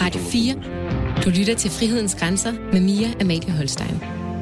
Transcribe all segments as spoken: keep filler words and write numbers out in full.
Radio fire. Du lytter til Frihedens Grænser med Mia Amalie Holstein.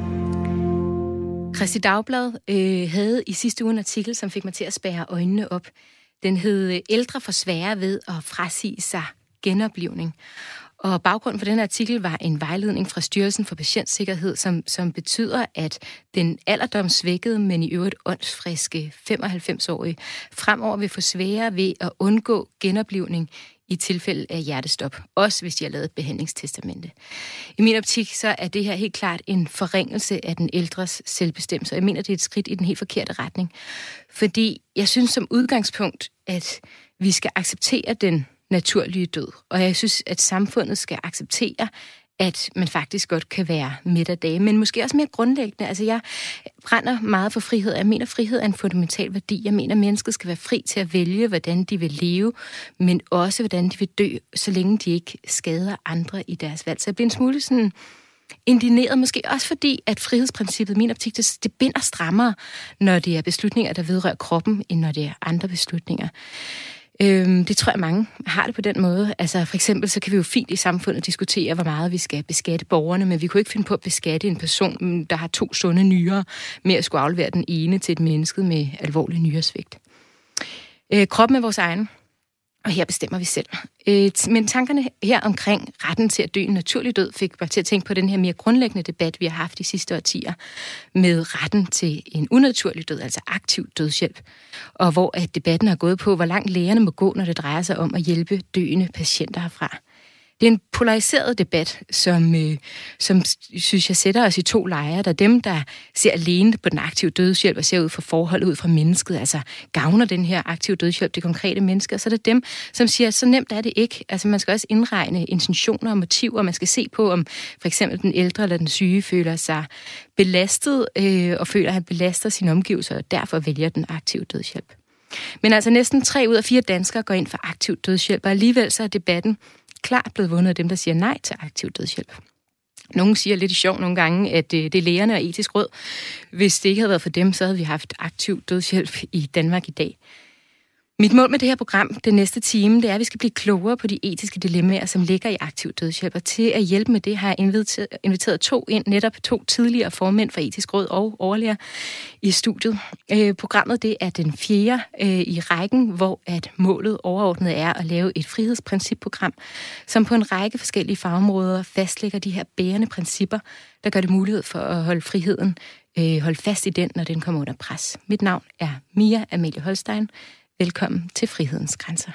Kristi Dagblad øh, havde i sidste uge en artikel, som fik mig til at spærre øjnene op. Den hed "Ældre får sværere ved at frasige sig genoplivning". Og baggrunden for den artikel var en vejledning fra Styrelsen for Patientsikkerhed, som, som betyder, at den alderdomssvækkede, men i øvrigt åndsfriske femoghalvfems-årige fremover vil få sværere ved at undgå genoplivning i tilfælde af hjertestop, også hvis de har lavet et behandlingstestamente. I min optik så er det her helt klart en forringelse af den ældres selvbestemmelse, og jeg mener, det er et skridt i den helt forkerte retning. Fordi jeg synes som udgangspunkt, at vi skal acceptere den naturlige død, og jeg synes, at samfundet skal acceptere, at man faktisk godt kan være midt af dage, men måske også mere grundlæggende. Altså, jeg brænder meget for frihed. Jeg mener, frihed er en fundamental værdi. Jeg mener, at mennesket skal være fri til at vælge, hvordan de vil leve, men også, hvordan de vil dø, så længe de ikke skader andre i deres valg. Så jeg bliver en smule sådan indigneret, måske også fordi, at frihedsprincippet, min optik, det, det binder strammere, når det er beslutninger, der vedrører kroppen, end når det er andre beslutninger. Øhm, det tror jeg, mange har det på den måde. Altså for eksempel, så kan vi jo fint i samfundet diskutere, hvor meget vi skal beskatte borgerne, men vi kunne ikke finde på at beskatte en person, der har to sunde nyrer, med at skulle aflevere den ene til et menneske med alvorlig nyresvigt. Øh, kroppen er vores egen, og her bestemmer vi selv. Øh, men tankerne her omkring retten til at dø en naturlig død fik mig til at tænke på den her mere grundlæggende debat, vi har haft de sidste årtier, med retten til en unaturlig død, altså aktiv dødshjælp, og hvor at debatten har gået på, hvor langt lægerne må gå, når det drejer sig om at hjælpe døende patienter herfra. Det er en polariseret debat, som, øh, som synes jeg sætter os i to lejre. Der er dem, der ser alene på den aktive dødshjælp og ser ud for forholdet ud fra mennesket, altså gavner den her aktive dødshjælp det konkrete menneske, og så er det dem, som siger, at så nemt er det ikke. Altså man skal også indregne intentioner og motiver, man skal se på, om for eksempel den ældre eller den syge føler sig belastet øh, og føler, at han belaster sine omgivelser, og derfor vælger den aktive dødshjælp. Men altså næsten tre ud af fire danskere går ind for aktiv dødshjælp, og alligevel så er debatten klart blevet vundet af dem, der siger nej til aktiv dødshjælp. Nogle siger lidt i sjov nogle gange, at det er lægerne og etisk råd. Hvis det ikke havde været for dem, så havde vi haft aktiv dødshjælp i Danmark i dag. Mit mål med det her program, den næste time, det er, at vi skal blive klogere på de etiske dilemmaer, som ligger i aktiv dødshjælp. Og til at hjælpe med det har jeg inviteret, inviteret to ind, netop to tidligere formænd for etisk råd og overlæger i studiet. Øh, programmet det er den fjerde øh, i rækken, hvor at målet overordnet er at lave et frihedsprincipprogram, som på en række forskellige fagområder fastlægger de her bærende principper, der gør det mulighed for at holde friheden, øh, holde fast i den, når den kommer under pres. Mit navn er Mia Amalie Holstein. Velkommen til Frihedens Grænser.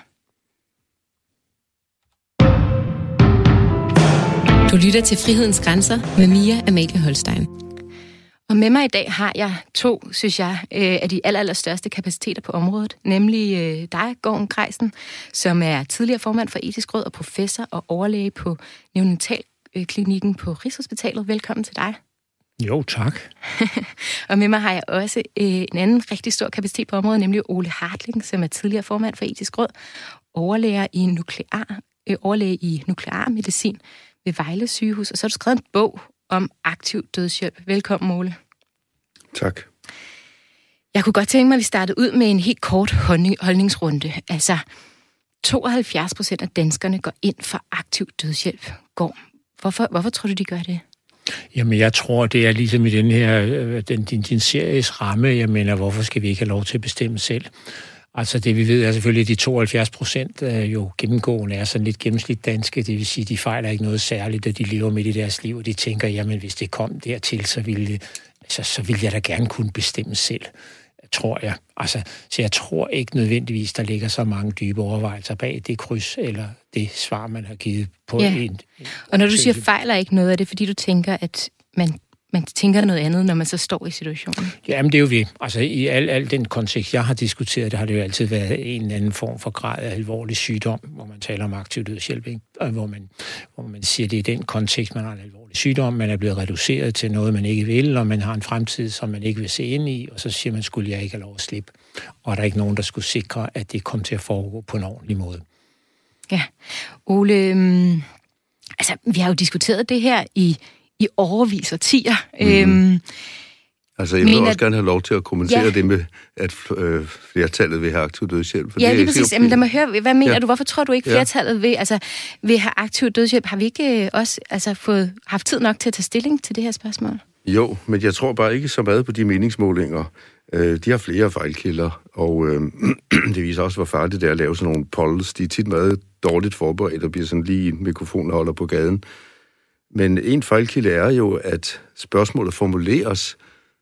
Du lytter til Frihedens Grænser med Mia Amalie Holstein. Og med mig i dag har jeg to, synes jeg, af de aller, aller største kapaciteter på området, nemlig dig, Gorm Greisen, som er tidligere formand for Etisk Råd og professor og overlæge på neonatalklinikken på Rigshospitalet. Velkommen til dig. Jo, tak. Og med mig har jeg også øh, en anden rigtig stor kapacitet på området, nemlig Ole Hartling, som er tidligere formand for Etisk Råd, overlæge i nuklear, øh, overlæge i nuklearmedicin ved Vejle Sygehus, og så har du skrevet en bog om aktiv dødshjælp. Velkommen, Ole. Tak. Jeg kunne godt tænke mig, at vi startede ud med en helt kort holdning, holdningsrunde. Altså, tooghalvfjerds procent af danskerne går ind for aktiv dødshjælp. Gorm, hvorfor, hvorfor tror du, de gør det? Jamen, jeg tror, det er ligesom i den her, den, din, din series ramme. Jeg mener, hvorfor skal vi ikke have lov til at bestemme selv? Altså, det vi ved er selvfølgelig, at de tooghalvfjerds procent jo gennemgående er sådan lidt gennemsnit danske. Det vil sige, de fejler ikke noget særligt, at de lever midt i deres liv, og de tænker, jamen, hvis det kom dertil, så ville, altså, så ville jeg da gerne kunne bestemme selv, tror jeg. Altså, så jeg tror ikke nødvendigvis, der ligger så mange dybe overvejelser bag det kryds, eller det svar, man har givet på ja. en. Og når du siger fejler ikke noget, er det fordi, du tænker, at man, man tænker noget andet, når man så står i situationen? Jamen, det er jo vi. Altså, i al, al den kontekst, jeg har diskuteret, det har det jo altid været en eller anden form for grad af alvorlig sygdom, hvor man taler om aktiv dødshjælp, ikke? Og hvor man, hvor man siger, det er den kontekst, man har en alvorlig sygdom, man er blevet reduceret til noget, man ikke vil, og man har en fremtid, som man ikke vil se ind i, og så siger man, skulle jeg ikke have lov at slippe. Og er der ikke nogen, der skulle sikre, at det kom til at foregå på en ordentlig måde. Ja, Ole, øhm, altså, vi har jo diskuteret det her i, i årevis og tier. Mm-hmm. Øhm, Altså, jeg vil Men også at... gerne have lov til at kommentere ja. det med, at øh, flertallet vil have aktiv dødshjælp. For ja, det lige præcis. Jamen, lad mig høre, hvad mener ja. du? Hvorfor tror du ikke, flertallet ja. vil, altså, vil have aktiv dødshjælp? Har vi ikke øh, også altså, fået, haft tid nok til at tage stilling til det her spørgsmål? Jo, men jeg tror bare ikke så meget på de meningsmålinger. Øh, de har flere fejlkilder, og øh, det viser også, hvor farligt det er at lave sådan nogle polls. De er tit meget dårligt forberedt og bliver sådan lige en mikrofonholder på gaden. Men en fejlkilde er jo, at spørgsmålet formuleres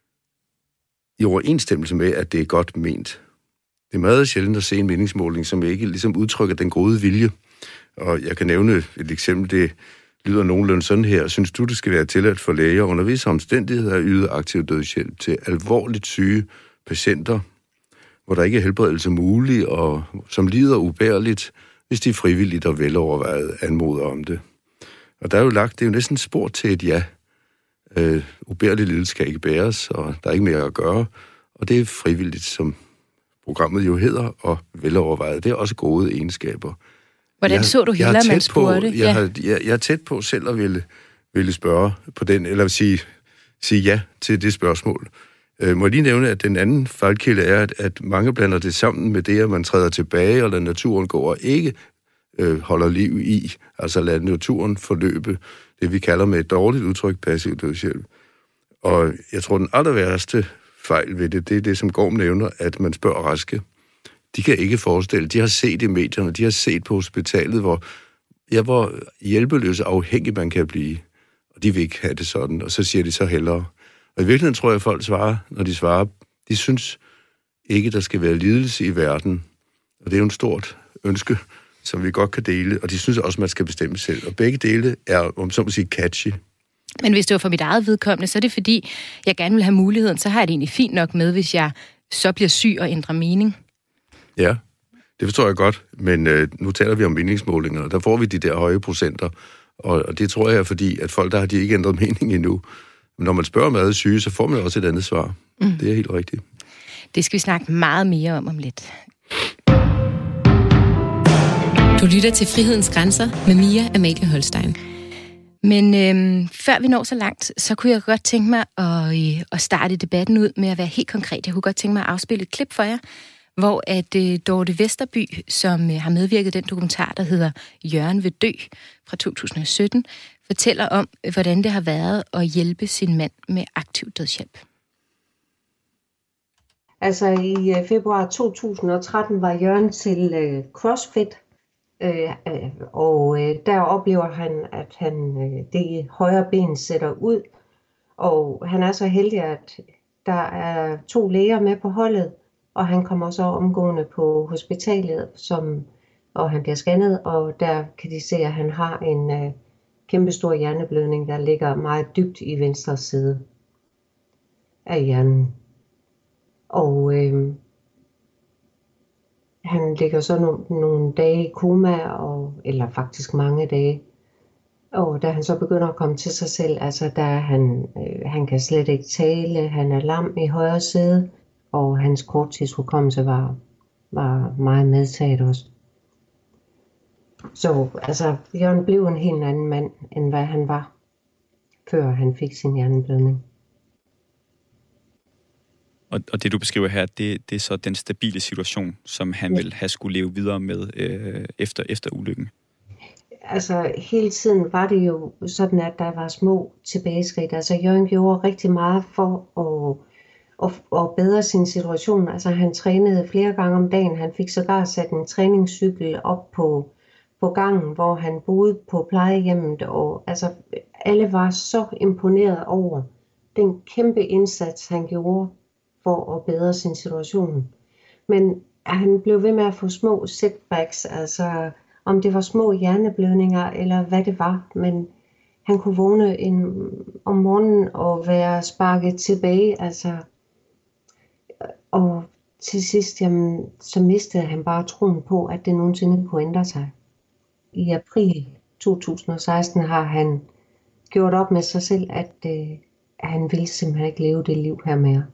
i overensstemmelse med, at det er godt ment. Det er meget sjældent at se en meningsmåling, som ikke ligesom udtrykker den gode vilje. Og jeg kan nævne et eksempel, det lyder nogenlunde sådan her. Synes du, det skal være tilladt for læger under visse omstændigheder at yde aktiv dødshjælp til alvorligt syge patienter, hvor der ikke er helbredelse mulig, og som lider ubærligt, hvis de frivilligt og velovervejet anmoder om det. Og der er jo lagt, det er jo næsten spor til et ja. Øh, ubærlig lidelse skal ikke bæres, og der er ikke mere at gøre. Og det er frivilligt, som programmet jo hedder, og velovervejet. Det er også gode egenskaber. Hvordan jeg, så du hellere, man spurgte? Jeg, ja. har, jeg, jeg er tæt på selv at ville, ville spørge på den, eller sige, sige ja til det spørgsmål. Øh, må jeg lige nævne, at den anden fejlkilde er, at, at mange blander det sammen med det, at man træder tilbage, og lader naturen gå, og ikke øh, holder liv i, altså lader naturen forløbe, det vi kalder med et dårligt udtryk passiv dødshjælp. Og jeg tror, den aller værste fejl ved det, det er det, som Gorm nævner, at man spørger raske. De kan ikke forestille, de har set i medierne, de har set på hospitalet, hvor, ja, hvor hjælpeløs og afhængig man kan blive, og de vil ikke have det sådan, og så siger de så hellere. Og i virkeligheden tror jeg, at folk svarer, når de svarer, de synes ikke, der skal være lidelse i verden, og det er jo en stort ønske, som vi godt kan dele, og de synes også, man skal bestemme selv. Og begge dele er, om så må sige, catchy. Men hvis det var for mit eget vedkommende, så er det fordi, jeg gerne vil have muligheden, så har jeg det egentlig fint nok med, hvis jeg så bliver syg og ændrer mening. Ja, det forstår jeg godt, men øh, nu taler vi om meningsmålinger, og der får vi de der høje procenter, og, og det tror jeg er fordi, at folk, der har de ikke ændret mening endnu. Men når man spørger om ad syge, så får man også et andet svar. Mm. Det er helt rigtigt. Det skal vi snakke meget mere om om lidt. Du lytter til Frihedens Grænser med Mia Amalie Holstein. Men øhm, før vi når så langt, så kunne jeg godt tænke mig at, øh, at starte debatten ud med at være helt konkret. Jeg kunne godt tænke mig at afspille et klip for jer, hvor at øh, Dorte Vesterby, som øh, har medvirket i den dokumentar, der hedder Jørgen vil dø fra to tusind og sytten, fortæller om, hvordan det har været at hjælpe sin mand med aktiv dødshjælp. Altså i øh, februar to tusind og tretten var Jørgen til øh, CrossFit, øh, øh, og øh, der oplever han, at han øh, det højre ben sætter ud, og han er så heldig, at der er to læger med på holdet, og han kommer så omgående på hospitalet, som, og han bliver scannet, og der kan de se, at han har en øh, kæmpestor hjerneblødning, der ligger meget dybt i venstre side af hjernen. Og øh, han ligger så no- nogle dage i koma, og, eller faktisk mange dage. Og da han så begynder at komme til sig selv, altså der er han, øh, han kan slet ikke tale, han er lam i højre side, og hans korttidshukommelse var, var meget medtaget også. Så altså, Jørgen blev en helt anden mand, end hvad han var, før han fik sin hjerneblødning. Og, og det, du beskriver her, det, det er så den stabile situation, som han ja. vil have skulle leve videre med øh, efter, efter ulykken. Altså, hele tiden var det jo sådan, at der var små tilbageskridt. Altså, Jørgen gjorde rigtig meget for at, at, at bedre sin situation. Altså, han trænede flere gange om dagen. Han fik sågar sat en træningscykel op på, på gangen, hvor han boede på plejehjemmet. Og altså, alle var så imponeret over den kæmpe indsats, han gjorde for at bedre sin situation. Men han blev ved med at få små setbacks, altså om det var små hjerneblødninger eller hvad det var, men han kunne vågne en, om morgenen og være sparket tilbage, altså, og til sidst, jamen, så mistede han bare troen på, at det nogensinde kunne ændre sig. I april to tusind og seksten har han gjort op med sig selv, at, øh, at han ville simpelthen ikke leve det liv her mere.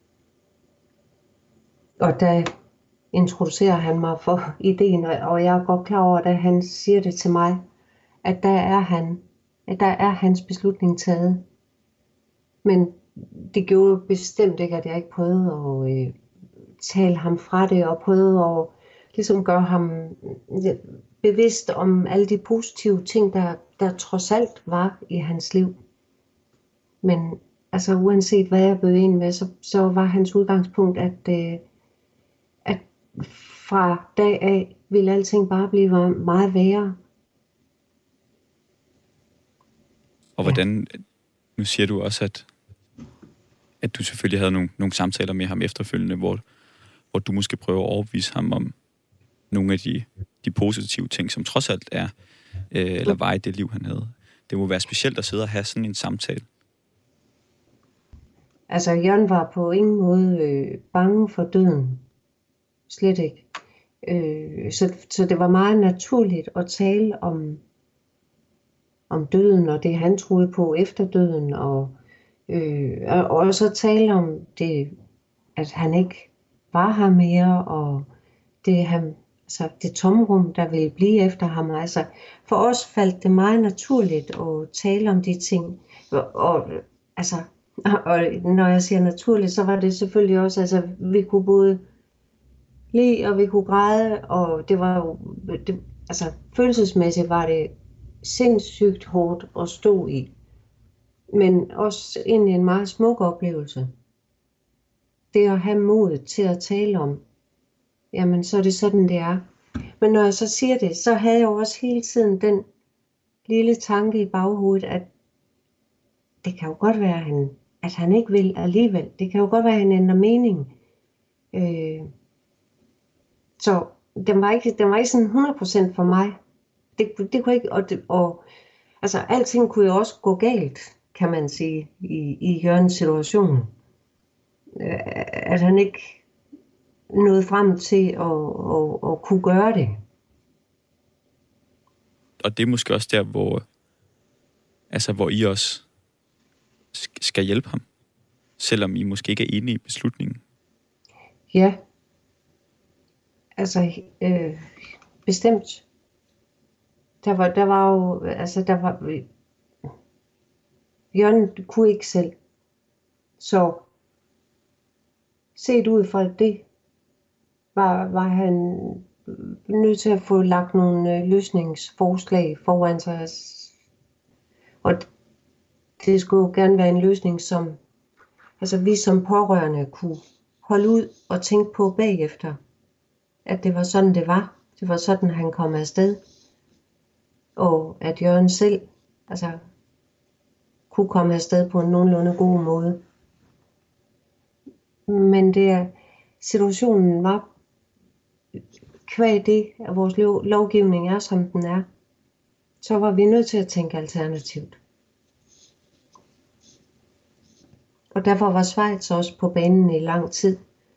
Og der introducerer han mig for ideen, og jeg er godt klar over, at han siger det til mig, at der er han, at der er hans beslutning taget. Men det gjorde bestemt ikke, at jeg ikke prøvede at øh, tale ham fra det, og prøvede at ligesom gøre ham øh, bevidst om alle de positive ting, der, der trods alt var i hans liv. Men altså uanset hvad jeg bød ind med, så, så var hans udgangspunkt, at, øh, at fra dag af ville alting bare blive meget værre. Og hvordan, nu siger du også, at, at du selvfølgelig havde nogle, nogle samtaler med ham efterfølgende, hvor, hvor du måske prøver at overbevise ham om nogle af de, de positive ting, som trods alt er, øh, eller var i det liv, han havde. Det må være specielt at sidde og have sådan en samtale. Altså, Jørgen var på ingen måde øh, bange for døden. Slet ikke. Øh, så, så det var meget naturligt at tale om, om døden, og det han troede på efter døden, og, øh, og også tale om det, at han ikke var her mere, og det, han, altså det tomrum, der ville blive efter ham. Altså, for os faldt det meget naturligt at tale om de ting. Og, og, altså, og når jeg siger naturligt, så var det selvfølgelig også, altså vi kunne både le, og vi kunne græde, og det var jo, det, altså følelsesmæssigt var det sindssygt hårdt at stå i. Men også egentlig en meget smuk oplevelse. Det at have mod til at tale om, jamen så er det sådan, det er. Men når jeg så siger det, så havde jeg jo også hele tiden den lille tanke i baghovedet, at det kan jo godt være, at han, at han ikke vil alligevel. Det kan jo godt være, at han ændrer mening. Øh, så den var ikke, den var ikke sådan hundrede procent for mig. Det, det kunne ikke, og, det, og altså alting kunne jo også gå galt, kan man sige, i, i Jørgens situation. Øh, at han ikke nåede frem til at, at, at kunne gøre det. Og det er måske også der, hvor, altså, hvor I også skal hjælpe ham, selvom I måske ikke er enige i beslutningen. Ja. Altså, øh, bestemt. Der var, der var jo, altså, der var, Jørgen kunne ikke selv. Så, set ud fra det, var, var han nødt til at få lagt nogle øh, løsningsforslag foran sig. Og det skulle jo gerne være en løsning, som altså, vi som pårørende kunne holde ud og tænke på bagefter. At det var sådan, det var. Det var sådan, han kom afsted. Og at Jørgen selv altså, kunne komme afsted på en nogenlunde god måde. Men det, situationen var kvæg det, at vores lovgivning er, som den er, så var vi nødt til at tænke alternativt. Og derfor var Schweiz også på banen i lang tid.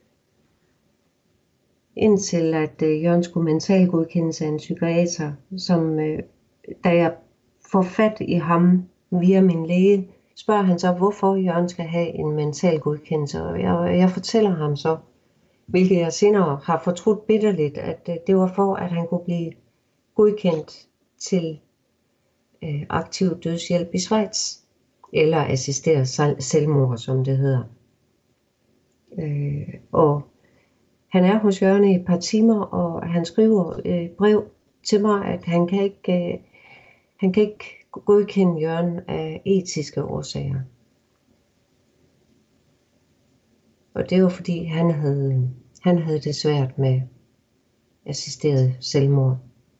Indtil at øh, Jørgen skulle mentalt godkendes af en psykiater, som øh, da jeg får fat i ham via min læge, spørger han så, hvorfor Jørgen skal have en mental godkendelse. Og jeg, jeg fortæller ham så, hvilket jeg senere har fortrudt bitterligt, at øh, det var for, at han kunne blive godkendt til øh, aktiv dødshjælp i Schweiz. Eller assisteret selvmord, som det hedder. Øh, og han er hos Jørgen i et par timer, og han skriver et brev til mig, at han kan ikke, øh, han kan ikke godkende Jørgen af etiske årsager. Og det var fordi, han havde, han havde det svært med assisteret selvmord.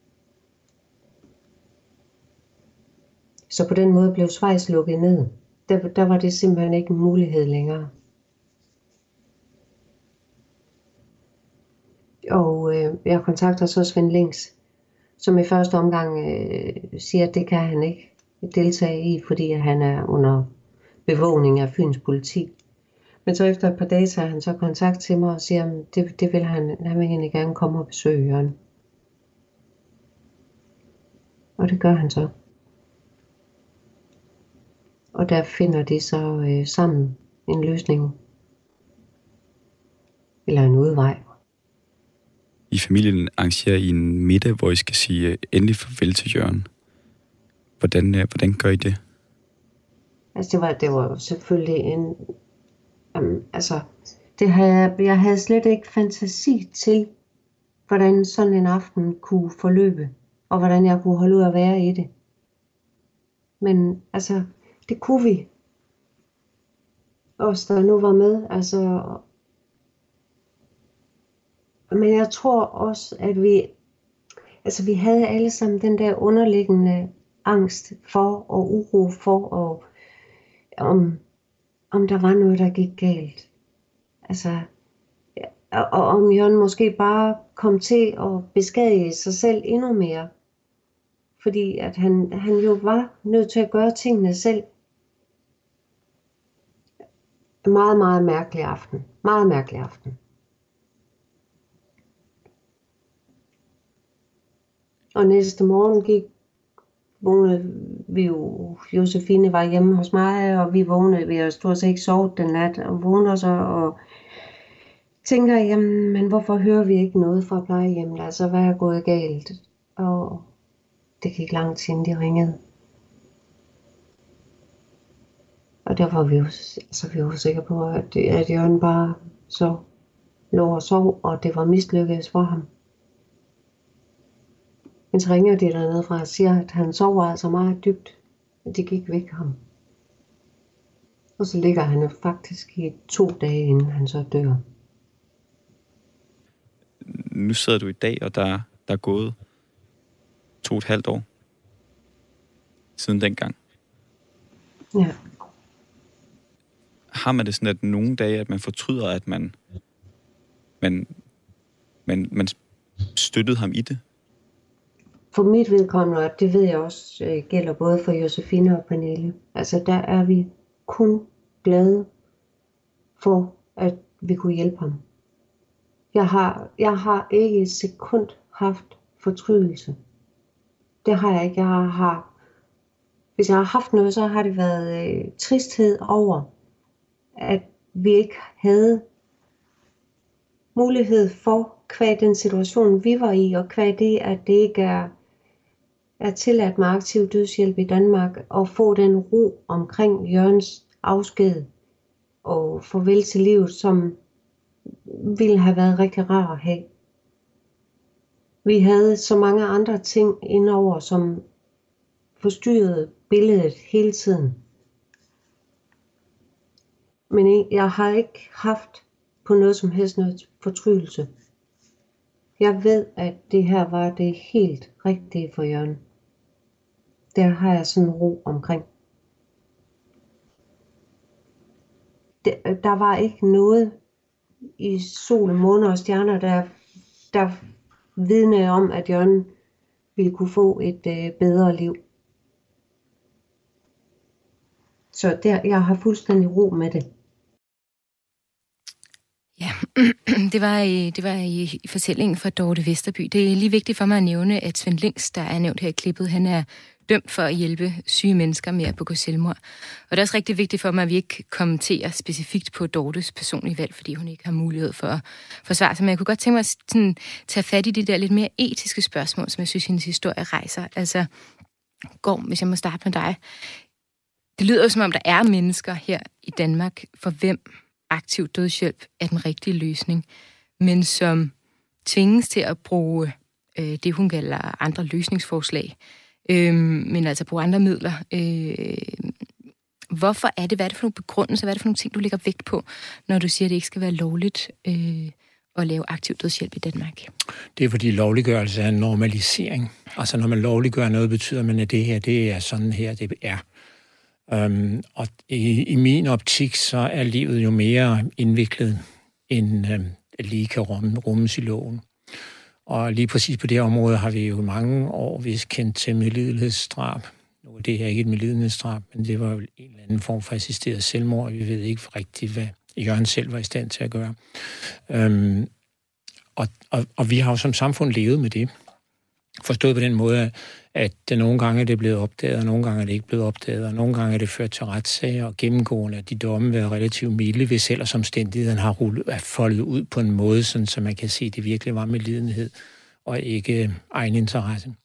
Så på den måde blev Schweiz lukket ned. Der, der var det simpelthen ikke en mulighed længere. Og øh, jeg kontakter så Svend Lings, som i første omgang øh, siger, at det kan han ikke deltage i, fordi han er under bevågning af Fyns politi. Men så efter et par dage tager han så kontakt til mig og siger, at det, det vil han, han vil egentlig gerne komme og besøge Jørgen. Og det gør han så. Og der finder de så øh, sammen en løsning. Eller en udvej. I familien arrangerer I en middag, hvor I skal sige endelig farvel til Jørgen. Hvordan, øh, hvordan gør I det? Altså det var, det var selvfølgelig en, um, altså det havde, jeg havde slet ikke fantasi til, hvordan sådan en aften kunne forløbe, og hvordan jeg kunne holde ud at være i det. Men altså, det kunne vi. Os, der nu var med, altså. Men jeg tror også, at vi, altså vi havde alle sammen den der underliggende angst for, og uro for, og om, om der var noget, der gik galt. Altså, og, og om Jørgen måske bare kom til at beskadige sig selv endnu mere. Fordi at han, han jo var nødt til at gøre tingene selv. En meget, meget mærkelig aften. Meget mærkelig aften. Og næste morgen gik, vågnede vi jo, Josefine var hjemme hos mig, og vi vågnede, vi havde stort set ikke sovet den nat, og vågnede så, og tænker, jamen, men hvorfor hører vi ikke noget fra plejehjemmet? Altså, hvad er gået galt? Og det gik lang tid, inden de ringede. Og der var vi jo, altså, vi var sikre på, at, at Jørgen bare så lå og sov, og det var mislykkedes for ham. Men så ringer de dernede fra og siger, at han sover altså meget dybt. At det gik væk ham. Og så ligger han jo faktisk i to dage, inden han så dør. Nu sidder du i dag, og der, der er gået to og et halvt år siden dengang. Ja. Har man det sådan, at nogle dage, at man fortryder, at man, man, man, man støttede ham i det? For mit vedkommende, og det ved jeg også, øh, gælder både for Josefine og Pernille. Altså der er vi kun glade for, at vi kunne hjælpe ham. Jeg har, jeg har ikke et sekund haft fortrydelse. Det har jeg ikke. Jeg har, har, hvis jeg har haft noget, så har det været øh, tristhed over, at vi ikke havde mulighed for, qua den situation, vi var i, og qua det, at det ikke er, er tilladt med aktiv dødshjælp i Danmark, og få den ro omkring Jørgens afsked og farvel til livet, som ville have været rigtig rar at have. Vi havde så mange andre ting indover, som forstyrrede billedet hele tiden. Men jeg har ikke haft på noget som helst noget fortrydelse. Jeg ved, at det her var det helt rigtige for Jørgen. Der har jeg sådan ro omkring. Der var ikke noget i sol, måne og stjerner, der, der vidnede om, at Jørgen ville kunne få et øh, bedre liv. Så der, jeg har fuldstændig ro med det. Ja, det var, i, det var i, i fortællingen fra Dorte Vesterby. Det er lige vigtigt for mig at nævne, at Svend Lings, der er nævnt her i klippet, han er dømt for at hjælpe syge mennesker med at begå selvmord. Og det er også rigtig vigtigt for mig, at vi ikke kommenterer specifikt på Dortes personlige valg, fordi hun ikke har mulighed for at forsvare sig. Men jeg kunne godt tænke mig at sådan, tage fat i de der lidt mere etiske spørgsmål, som jeg synes, hendes historie rejser. Altså, Gorm, hvis jeg må starte med dig. Det lyder jo som om, der er mennesker her i Danmark, for hvem aktiv dødshjælp er den rigtige løsning, men som tvinges til at bruge øh, det, hun kalder andre løsningsforslag, øh, men altså bruge andre midler. Øh, hvorfor er det? Hvad er det for nogle begrundelser? Hvad er det for nogle ting, du lægger vægt på, når du siger, at det ikke skal være lovligt øh, at lave aktiv dødshjælp i Danmark? Det er fordi lovliggørelse er en normalisering. Altså når man lovliggør noget, betyder man, at det her, det er sådan her, det er. Um, og i, i min optik, så er livet jo mere indviklet, end um, lige kan rumme, rummes i loven. Og lige præcis på det her område har vi jo mange år vist kendt til medlidenhedsdrab. Nu er det her ikke et medlidenhedsdrab, men det var jo en eller anden form for assisteret selvmord. Vi ved ikke rigtigt, hvad Jørgen selv var i stand til at gøre. Um, og, og, og vi har jo som samfund levet med det. Forstået på den måde, at det nogle gange er det blevet opdaget, og nogle gange er det ikke blevet opdaget, og nogle gange er det ført til retssager, og gennemgående at de domme været relativt milde, hvis ellers omstændigheden har rullet, er foldet ud på en måde, sådan, så man kan se, at det virkelig var med lidenhed og ikke egen interesse.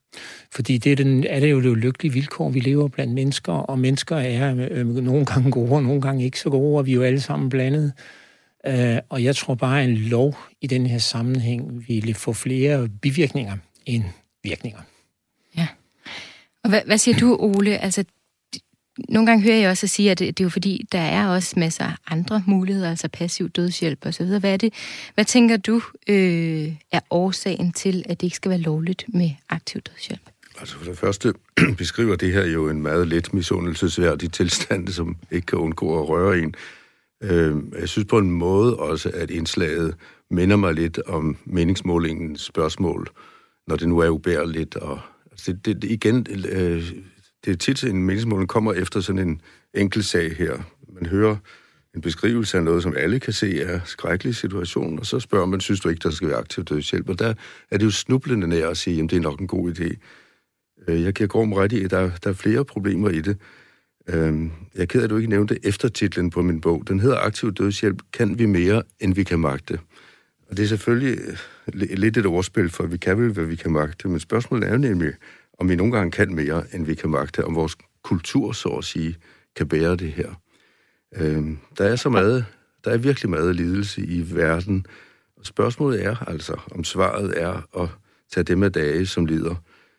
Fordi det er, den, er det jo det lykkelige vilkår, vi lever blandt mennesker, og mennesker er øh, nogle gange gode, og nogle gange ikke så gode, og vi er jo alle sammen blandet. Øh, og jeg tror bare, at en lov i den her sammenhæng ville få flere bivirkninger end virkninger. Ja. Og hvad, hvad siger du, Ole? Altså, nogle gange hører jeg også at sige, at det, det er jo fordi, der er også masser af andre muligheder, altså passiv dødshjælp og så videre. Hvad er det? Hvad tænker du øh, er årsagen til, at det ikke skal være lovligt med aktiv dødshjælp? Altså for det første beskriver det her jo en meget let misundelsesværdig tilstand, som ikke kan undgå at røre en. Øh, jeg synes på en måde også, at indslaget minder mig lidt om meningsmålingens spørgsmål, når det nu er ubærligt. Og altså det, det, igen, øh, det er tit, en meningsmåling kommer efter sådan en enkelt sag her. Man hører en beskrivelse af noget, som alle kan se er skrækkelige situationer, og så spørger man, synes du ikke, der skal være aktiv dødshjælp? Og der er det jo snublende nær at sige, at det er nok en god idé. Jeg giver Gorm ret i, at der, der er flere problemer i det. Jeg er ked af, at du ikke nævnte eftertitlen på min bog. Den hedder Aktiv dødshjælp, kan vi mere, end vi kan magte. Og det er selvfølgelig lidt et ordspil, for vi kan vel, hvad vi kan magte, men spørgsmålet er jo nemlig, om vi nogle gange kan mere, end vi kan magte, om vores kultur, så at sige, kan bære det her. Der er så meget, der er virkelig meget lidelse i verden, og spørgsmålet er altså, om svaret er at tage dem af dage, som lider.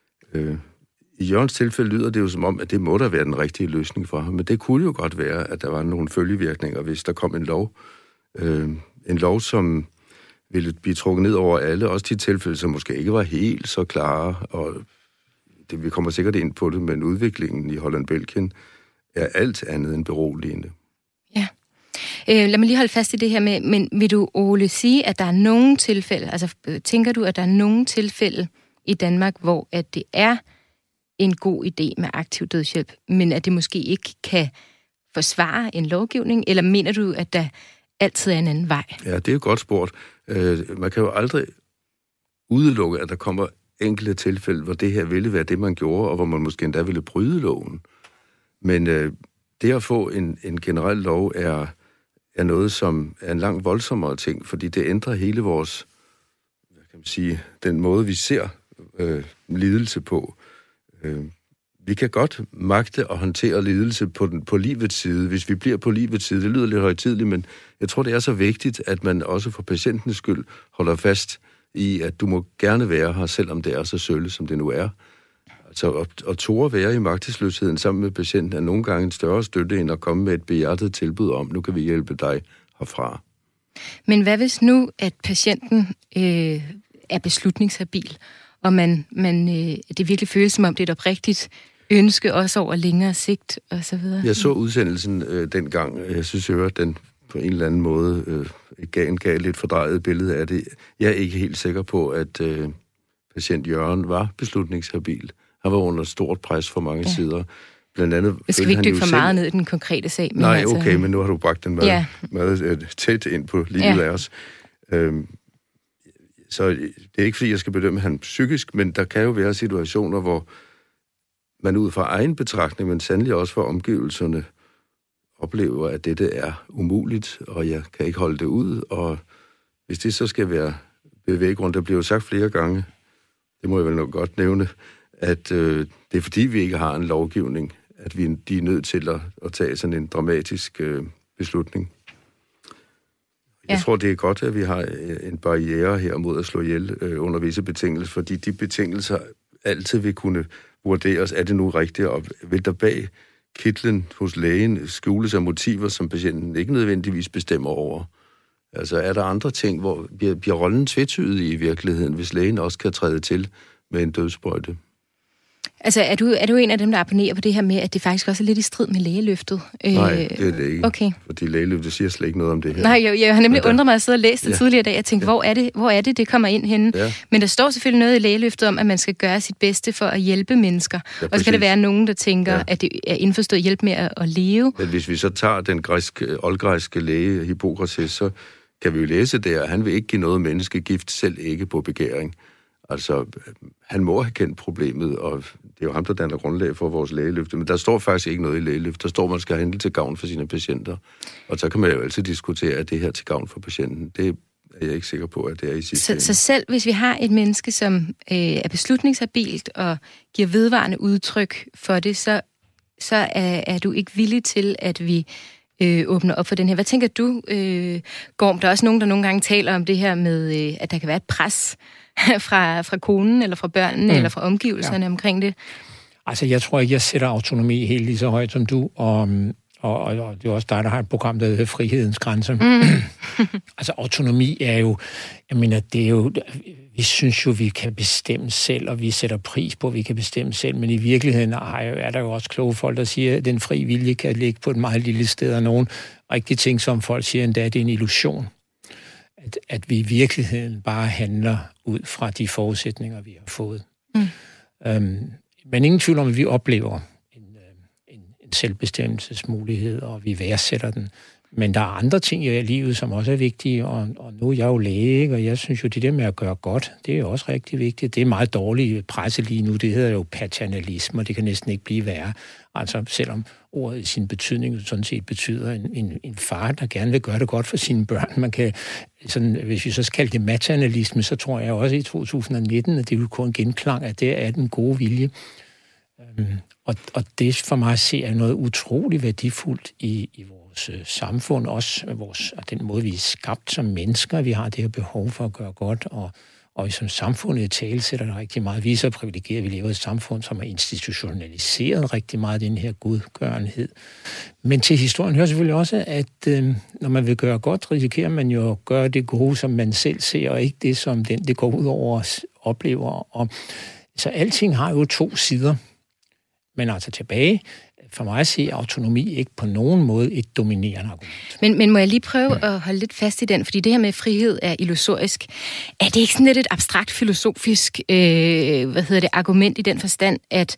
I Jørgens tilfælde lyder det jo som om, at det må da være den rigtige løsning for ham, men det kunne jo godt være, at der var nogle følgevirkninger, hvis der kom en lov. Øh, en lov, som ville blive trukket ned over alle, også de tilfælde, som måske ikke var helt så klare, og det, vi kommer sikkert ind på det, men udviklingen i Holland-Belgien er alt andet end beroligende. Ja. Øh, lad mig lige holde fast i det her med, men vil du, Ole, sige, at der er nogle tilfælde, altså tænker du, at der er nogle tilfælde i Danmark, hvor at det er en god idé med aktiv dødshjælp, men at det måske ikke kan forsvare en lovgivning, eller mener du, at der altid er en anden vej? Ja, det er jo godt spurgt. Øh, man kan jo aldrig udelukke, at der kommer enkelte tilfælde, hvor det her ville være det, man gjorde, og hvor man måske endda ville bryde loven. Men øh, det at få en, en generel lov er, er noget, som er en langt voldsommere ting, fordi det ændrer hele vores, hvad kan man sige, den måde, vi ser øh, lidelse på. Øh, vi kan godt magte og håndtere lidelse på, den, på livets side, hvis vi bliver på livets side. Det lyder lidt højtideligt, men jeg tror, det er så vigtigt, at man også for patientens skyld holder fast i, at du må gerne være her, selvom det er så sølle, som det nu er. Altså, at, at tåre være i magtesløsheden sammen med patienten er nogle gange en større støtte, end at komme med et behjertet tilbud om, nu kan vi hjælpe dig herfra. Men hvad hvis nu, at patienten øh, er beslutningshabil, og man, man, øh, det virkelig føles som om, det er et oprigtigt ønske, også over længere sigt, og så videre? Jeg så udsendelsen øh, dengang. Jeg synes jo, at den på en eller anden måde øh, gav en gav lidt fordrejet billede af det. Jeg er ikke helt sikker på, at øh, patient Jørgen var beslutningshabil. Han var under stort pres fra mange ja. sider. Blandt andet... Jeg skal vi ikke dykke for meget ned i den konkrete sag. Men Nej, altså... okay, men nu har du bragt den meget, ja. meget øh, tæt ind på livet ja. af os. Øhm, så det er ikke, fordi jeg skal bedømme ham psykisk, men der kan jo være situationer, hvor man ud fra egen betragtning, men sandelig også for omgivelserne, oplever, at dette er umuligt, og jeg kan ikke holde det ud, og hvis det så skal være bevæggrund, der bliver jo sagt flere gange, det må jeg vel nok godt nævne, at øh, det er fordi, vi ikke har en lovgivning, at vi de er nødt til at, at tage sådan en dramatisk øh, beslutning. Jeg ja. tror, det er godt, at vi har en barriere her mod at slå ihjel øh, under visse betingelser, fordi de betingelser altid vil kunne vurderes, er det nu rigtigt, og vil der bag kitlen hos lægen skjule sig motiver, som patienten ikke nødvendigvis bestemmer over. Altså er der andre ting, hvor bliver, bliver rollen tvetydig i virkeligheden, hvis lægen også kan træde til med en dødssprøjte? Altså er du, er du en af dem, der abonnerer på det her med, at det faktisk også er lidt i strid med lægeløftet? Nej, det er det ikke. Okay. Fordi lægeløftet siger slet ikke noget om det her. Nej, jeg, jeg har nemlig der... undret mig at sidde og læse det ja. tidligere i dag. Jeg tænkte, ja. hvor, er det, hvor er det, det kommer ind henne? Ja. Men der står selvfølgelig noget i lægeløftet om, at man skal gøre sit bedste for at hjælpe mennesker. Ja, og så kan det være nogen, der tænker, ja. at det er indforstået hjælp med at, at leve. Men hvis vi så tager den græske, oldgræske læge Hippokrates, så kan vi jo læse der, at han vil ikke give noget menneskegift, selv ikke på begæring. Altså, han må have kendt problemet, og det er jo ham, der danner grundlag for vores lægeløfte. Men der står faktisk ikke noget i lægeløfte. Der står, at man skal handle til gavn for sine patienter. Og så kan man jo altid diskutere, at det her til gavn for patienten. Det er er jeg ikke sikker på, at det er i sidste så, ende. Så selv hvis vi har et menneske, som øh, er beslutningshabilt og giver vedvarende udtryk for det, så, så er, er du ikke villig til, at vi øh, åbner op for den her. Hvad tænker du, øh, Gorm? Der er også nogen, der nogle gange taler om det her med, øh, at der kan være et pres fra, fra konen, eller fra børnene, mm. eller fra omgivelserne ja. omkring det. Altså, jeg tror ikke, jeg sætter autonomi helt lige så højt som du, og, og, og det er også dig, der har et program, der hedder Frihedens Grænser. Mm. Altså, autonomi er jo, jeg mener, det er jo, vi synes jo, vi kan bestemme selv, og vi sætter pris på, at vi kan bestemme selv, men i virkeligheden er der jo også kloge folk, der siger, at den fri vilje kan ligge på et meget lille sted, og nogen rigtige ting, som folk siger endda, det er en illusion. At, at vi i virkeligheden bare handler ud fra de forudsætninger, vi har fået. Mm. Øhm, men ingen tvivl om, at vi oplever en, en, en selvbestemmelsesmulighed, og vi værdsætter den. Men der er andre ting i livet, som også er vigtige, og, og nu er jeg jo læge, ikke? Og jeg synes jo, det der med at gøre godt, det er jo også rigtig vigtigt. Det er meget dårligt presse lige nu, det hedder jo paternalisme, og det kan næsten ikke blive værre. Altså selvom ordet i sin betydning sådan set betyder en, en, en far, der gerne vil gøre det godt for sine børn. Man kan, sådan, hvis vi så skal kalde det maternalisme, så tror jeg også i to tusind nitten, at det vil kun genklang, at det er den gode vilje. Um, og, og det for mig ser jeg noget utroligt værdifuldt i, i vores uh, samfund, også vores, og den måde, vi er skabt som mennesker. Vi har det her behov for at gøre godt, og, og som samfundet i tale sætter der rigtig meget. Vi er så privilegerede, vi lever i et samfund, som er institutionaliseret rigtig meget den her godgørenhed. Men til historien hører selvfølgelig også, at øh, når man vil gøre godt, risikerer man jo at gøre det gode, som man selv ser, og ikke det, som den, det går ud over os oplever. Og, så alting har jo to sider. Men altså tilbage, for mig at se autonomi ikke på nogen måde et dominerende argument. Men, men må jeg lige prøve ja. at holde lidt fast i den, fordi det her med frihed er illusorisk. Er det ikke sådan lidt et abstrakt filosofisk øh, hvad hedder det, argument i den forstand, at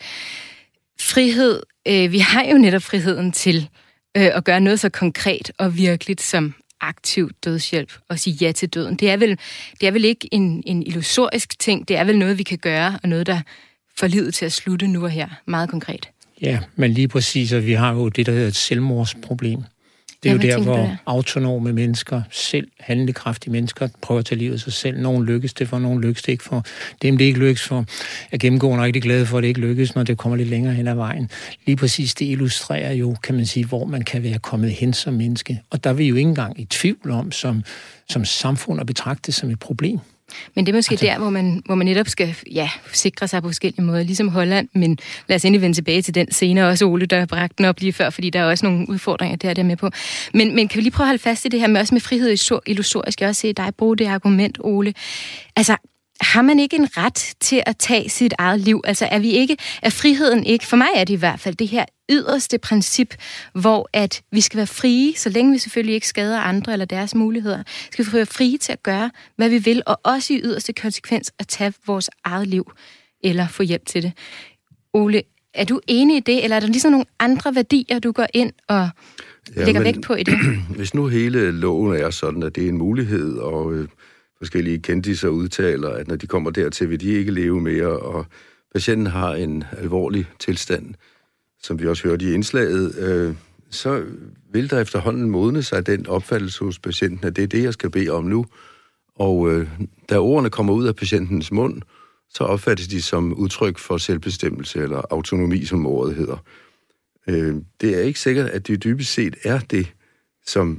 frihed, øh, vi har jo netop friheden til øh, at gøre noget så konkret og virkeligt som aktiv dødshjælp og sige ja til døden. Det er vel, det er vel ikke en, en illusorisk ting, det er vel noget, vi kan gøre, og noget, der får livet til at slutte nu og her, meget konkret. Ja, men lige præcis, og vi har jo det, der hedder et selvmordsproblem. Det er ja, jo der, hvor der? autonome mennesker, selv handlekraftige mennesker, prøver at tage livet af sig selv. Nogen lykkes det for, nogen lykkes det ikke for. Dem, det ikke lykkes for, er gennemgående rigtig glade for, at det ikke lykkes, når det kommer lidt længere hen ad vejen. Lige præcis, det illustrerer jo, kan man sige, hvor man kan være kommet hen som menneske. Og der er vi jo ikke engang i tvivl om, som, som samfund at betragte som et problem. Men det er måske altså, der, hvor man, hvor man netop skal ja, sikre sig på forskellige måder, ligesom Holland. Men lad os endelig vende tilbage til den senere også, Ole, der bragte den op lige før, fordi der er også nogle udfordringer der, der er med på. Men, men kan vi lige prøve at holde fast i det her med også med frihed illusorisk? Jeg også se dig bruge det argument, Ole. Altså, har man ikke en ret til at tage sit eget liv? Altså, er vi ikke, er friheden ikke, for mig er det i hvert fald det her yderste princip, hvor at vi skal være frie, så længe vi selvfølgelig ikke skader andre eller deres muligheder, skal vi være frie til at gøre, hvad vi vil, og også i yderste konsekvens at tage vores eget liv, eller få hjælp til det. Ole, er du enig i det, eller er der ligesom nogle andre værdier, du går ind og ja, lægger vægt på i det? Hvis nu hele loven er sådan, at det er en mulighed, og øh, forskellige kendisser udtaler, at når de kommer dertil, vil de ikke leve mere, og patienten har en alvorlig tilstand, som vi også hørte i indslaget, øh, så vil der efterhånden modne sig den opfattelse hos patienten, at det er det, jeg skal bede om nu. Og øh, da ordene kommer ud af patientens mund, så opfattes de som udtryk for selvbestemmelse eller autonomi, som ordet hedder. Øh, det er ikke sikkert, at det dybest set er det, som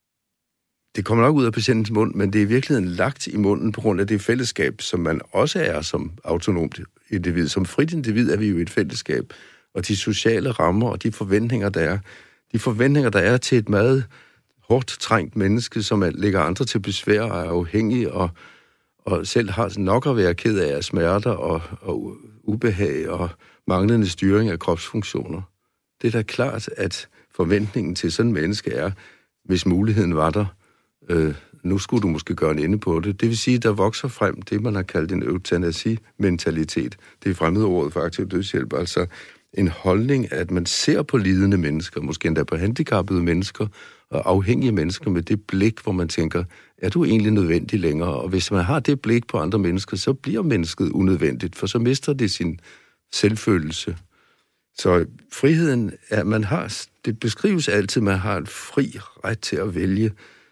det kommer nok ud af patientens mund, men det er i virkeligheden lagt i munden på grund af det fællesskab, som man også er som autonomt individ. Som frit individ er vi jo et fællesskab, og de sociale rammer og de forventninger, der er, de forventninger, der er til et meget hårdt trængt menneske, som er, ligger andre til besvær og er afhængig og, og selv har nok at være ked af smerter og, og ubehag og manglende styring af kropsfunktioner. Det er da klart, at forventningen til sådan en menneske er, hvis muligheden var der, øh, nu skulle du måske gøre en ende på det. Det vil sige, der vokser frem det, man har kaldt en eutanasi-mentalitet. Det er fremmedordet for aktiv dødshjælp, altså en holdning, at man ser på lidende mennesker, måske endda på handicappede mennesker og afhængige mennesker med det blik, hvor man tænker, er du egentlig nødvendig længere? Og hvis man har det blik på andre mennesker, så bliver mennesket unødvendigt, for så mister det sin selvfølelse. Så friheden er, man har, det beskrives altid, at man har en fri ret til at vælge.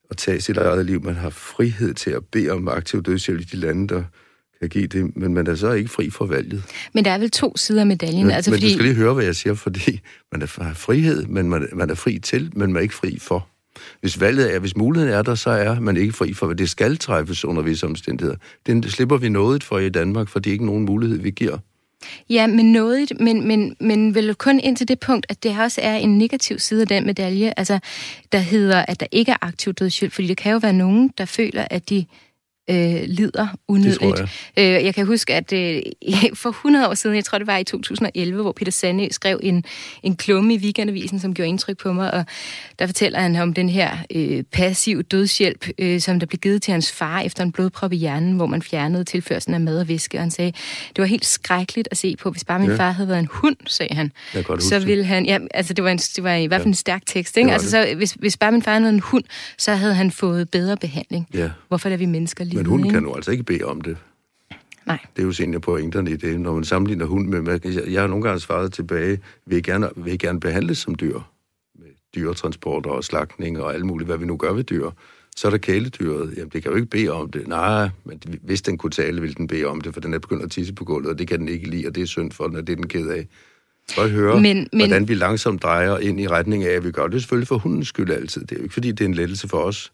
at tage sit eget liv. Man har frihed til at bede om aktiv dødshjælp i de lande, der kan give det, men man er så ikke fri for valget. Men der er vel to sider af medaljen? Men, altså, men fordi... du skal lige høre, hvad jeg siger, fordi man er, har frihed, men man, man er fri til, men man er ikke fri for. Hvis valget er, hvis muligheden er der, så er man ikke fri for, det skal træffes under visse omstændigheder. Det slipper vi noget for i Danmark, for det er ikke nogen mulighed, vi giver. Ja, men noget, men, men, men vel kun indtil det punkt, at det også er en negativ side af den medalje, altså der hedder, at der ikke er aktiv dødshjælp, fordi det kan jo være nogen, der føler, at de øh, lider unødigt. Jeg. Øh, jeg kan huske, at øh, for hundrede år siden, jeg tror det var i to tusind og elleve, hvor Peter Sandø skrev en, en klumme i Weekendavisen, som gjorde indtryk på mig, og der fortæller han om den her øh, passiv dødshjælp, øh, som der blev givet til hans far efter en blodprop i hjernen, hvor man fjernede tilførslen af mad og væske, og han sagde, det var helt skrækkeligt at se på, hvis bare min ja. far havde været en hund, sagde han, så ville han, ja, altså det var, en, det var i hvert fald ja. en stærk tekst, ikke? Altså så, hvis, hvis bare min far havde været en hund, så havde han fået bedre behandling. Ja. Hvorfor lader vi mennesker lide? Men hunden kan jo altså ikke bede om det. Nej. Det er jo sådan på internet, det, når man sammenligner hund med... Jeg, jeg har nogle gange svaret tilbage, vil I gerne, vil I gerne behandles som dyr? Med dyretransporter og slagtning og alt muligt, hvad vi nu gør ved dyr. Så er der kæledyret. Jamen, det kan jo ikke bede om det. Nej, men hvis den kunne tale, ville den bede om det, for den er begyndt at tisse på gulvet, og det kan den ikke lide, og det er synd for den, og det er den ked af. Godt høre, men, men... hvordan vi langsomt drejer ind i retning af, at vi gør det selvfølgelig for hundens skyld altid. Det er jo ikke, fordi det er en lettelse for os.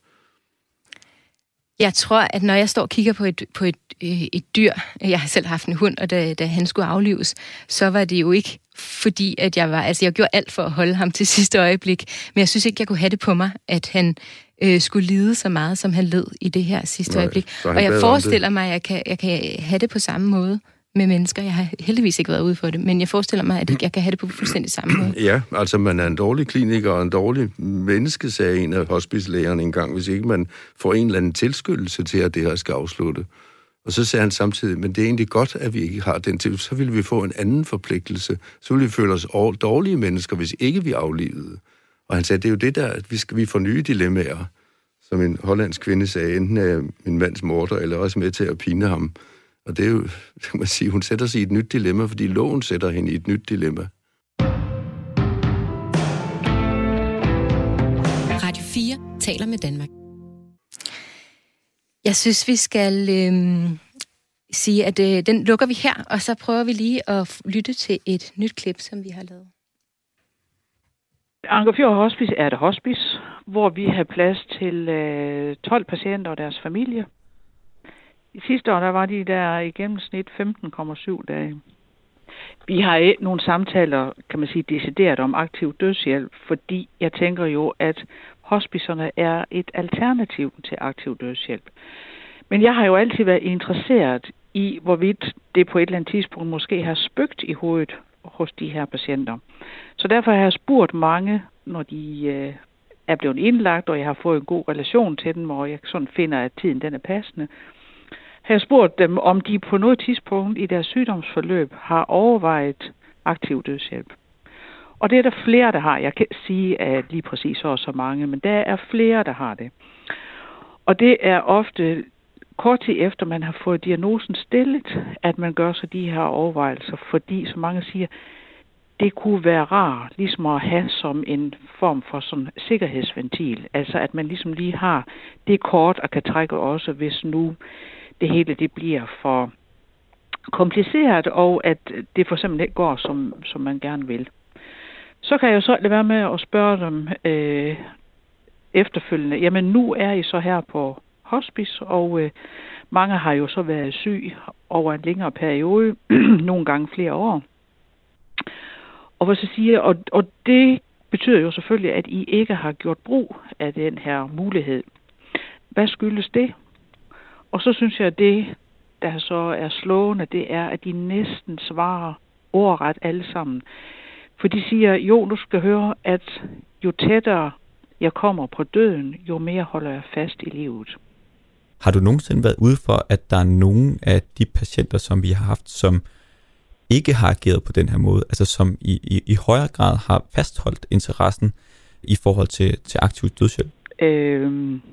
Jeg tror, at når jeg står og kigger på et, på et, øh, et dyr, jeg har selv haft en hund, og da, da han skulle aflives, så var det jo ikke fordi, at jeg var, altså jeg gjorde alt for at holde ham til sidste øjeblik, men jeg synes ikke, jeg kunne have det på mig, at han øh, skulle lide så meget, som han led i det her sidste Nej, øjeblik. Og jeg forestiller mig, at jeg kan, jeg kan have det på samme måde med mennesker. Jeg har heldigvis ikke været ude for det, men jeg forestiller mig, at jeg kan have det på fuldstændig samme måde. Ja, altså man er en dårlig kliniker og en dårlig menneske, sagde en af hospicelægerne engang, hvis ikke man får en eller anden tilskyndelse til, at det her skal afslutte. Og så sagde han samtidig, men det er egentlig godt, at vi ikke har den til, så ville vi få en anden forpligtelse. Så ville vi føle os dårlige mennesker, hvis ikke vi aflivede. Og han sagde, det er jo det der, at vi skal vi får nye dilemmaer. Som en hollandsk kvinde sagde, enten er min mands morder, eller også med til at pine ham. Og det er jo, kan man sige, hun sætter sig i et nyt dilemma, fordi loven sætter hende i et nyt dilemma. Radio fire taler med Danmark. Jeg synes, vi skal øh, sige, at øh, den lukker vi her, og så prøver vi lige at lytte til et nyt klip, som vi har lavet. Ankerfjord Hospice er et hospice, hvor vi har plads til øh, tolv patienter og deres familie. I sidste år, der var de der i gennemsnit femten komma syv dage. Vi har nogle samtaler, kan man sige, decideret om aktiv dødshjælp, fordi jeg tænker jo, at hospicerne er et alternativ til aktiv dødshjælp. Men jeg har jo altid været interesseret i, hvorvidt det på et eller andet tidspunkt måske har spøgt i hovedet hos de her patienter. Så derfor har jeg spurgt mange, når de øh, er blevet indlagt, og jeg har fået en god relation til dem, og jeg sådan finder, at tiden den er passende, har jeg spurgt dem, om de på noget tidspunkt i deres sygdomsforløb har overvejet aktiv dødshjælp. Og det er der flere, der har. Jeg kan sige, at lige præcis så og så mange, men der er flere, der har det. Og det er ofte kort tid efter, man har fået diagnosen stillet, at man gør så de her overvejelser, fordi, som mange siger, det kunne være rart ligesom at have som en form for sådan sikkerhedsventil. Altså at man ligesom lige har det kort og kan trække også, hvis nu det hele det bliver for kompliceret, og at det for eksempel ikke går, som, som man gerne vil. Så kan jeg jo så lade være med at spørge dem øh, efterfølgende, jamen nu er I så her på hospice, og øh, mange har jo så været syg over en længere periode, nogle gange flere år. Og hvad så siger, og, og det betyder jo selvfølgelig, at I ikke har gjort brug af den her mulighed. Hvad skyldes det? Og så synes jeg, at det, der så er slående, det er, at de næsten svarer ordret alle sammen. For de siger, jo, du skal høre, at jo tættere jeg kommer på døden, jo mere holder jeg fast i livet. Har du nogensinde været ude for, at der er nogen af de patienter, som vi har haft, som ikke har ageret på den her måde, altså som i, i, i højere grad har fastholdt interessen i forhold til, til aktiv dødshjælp? Øhm,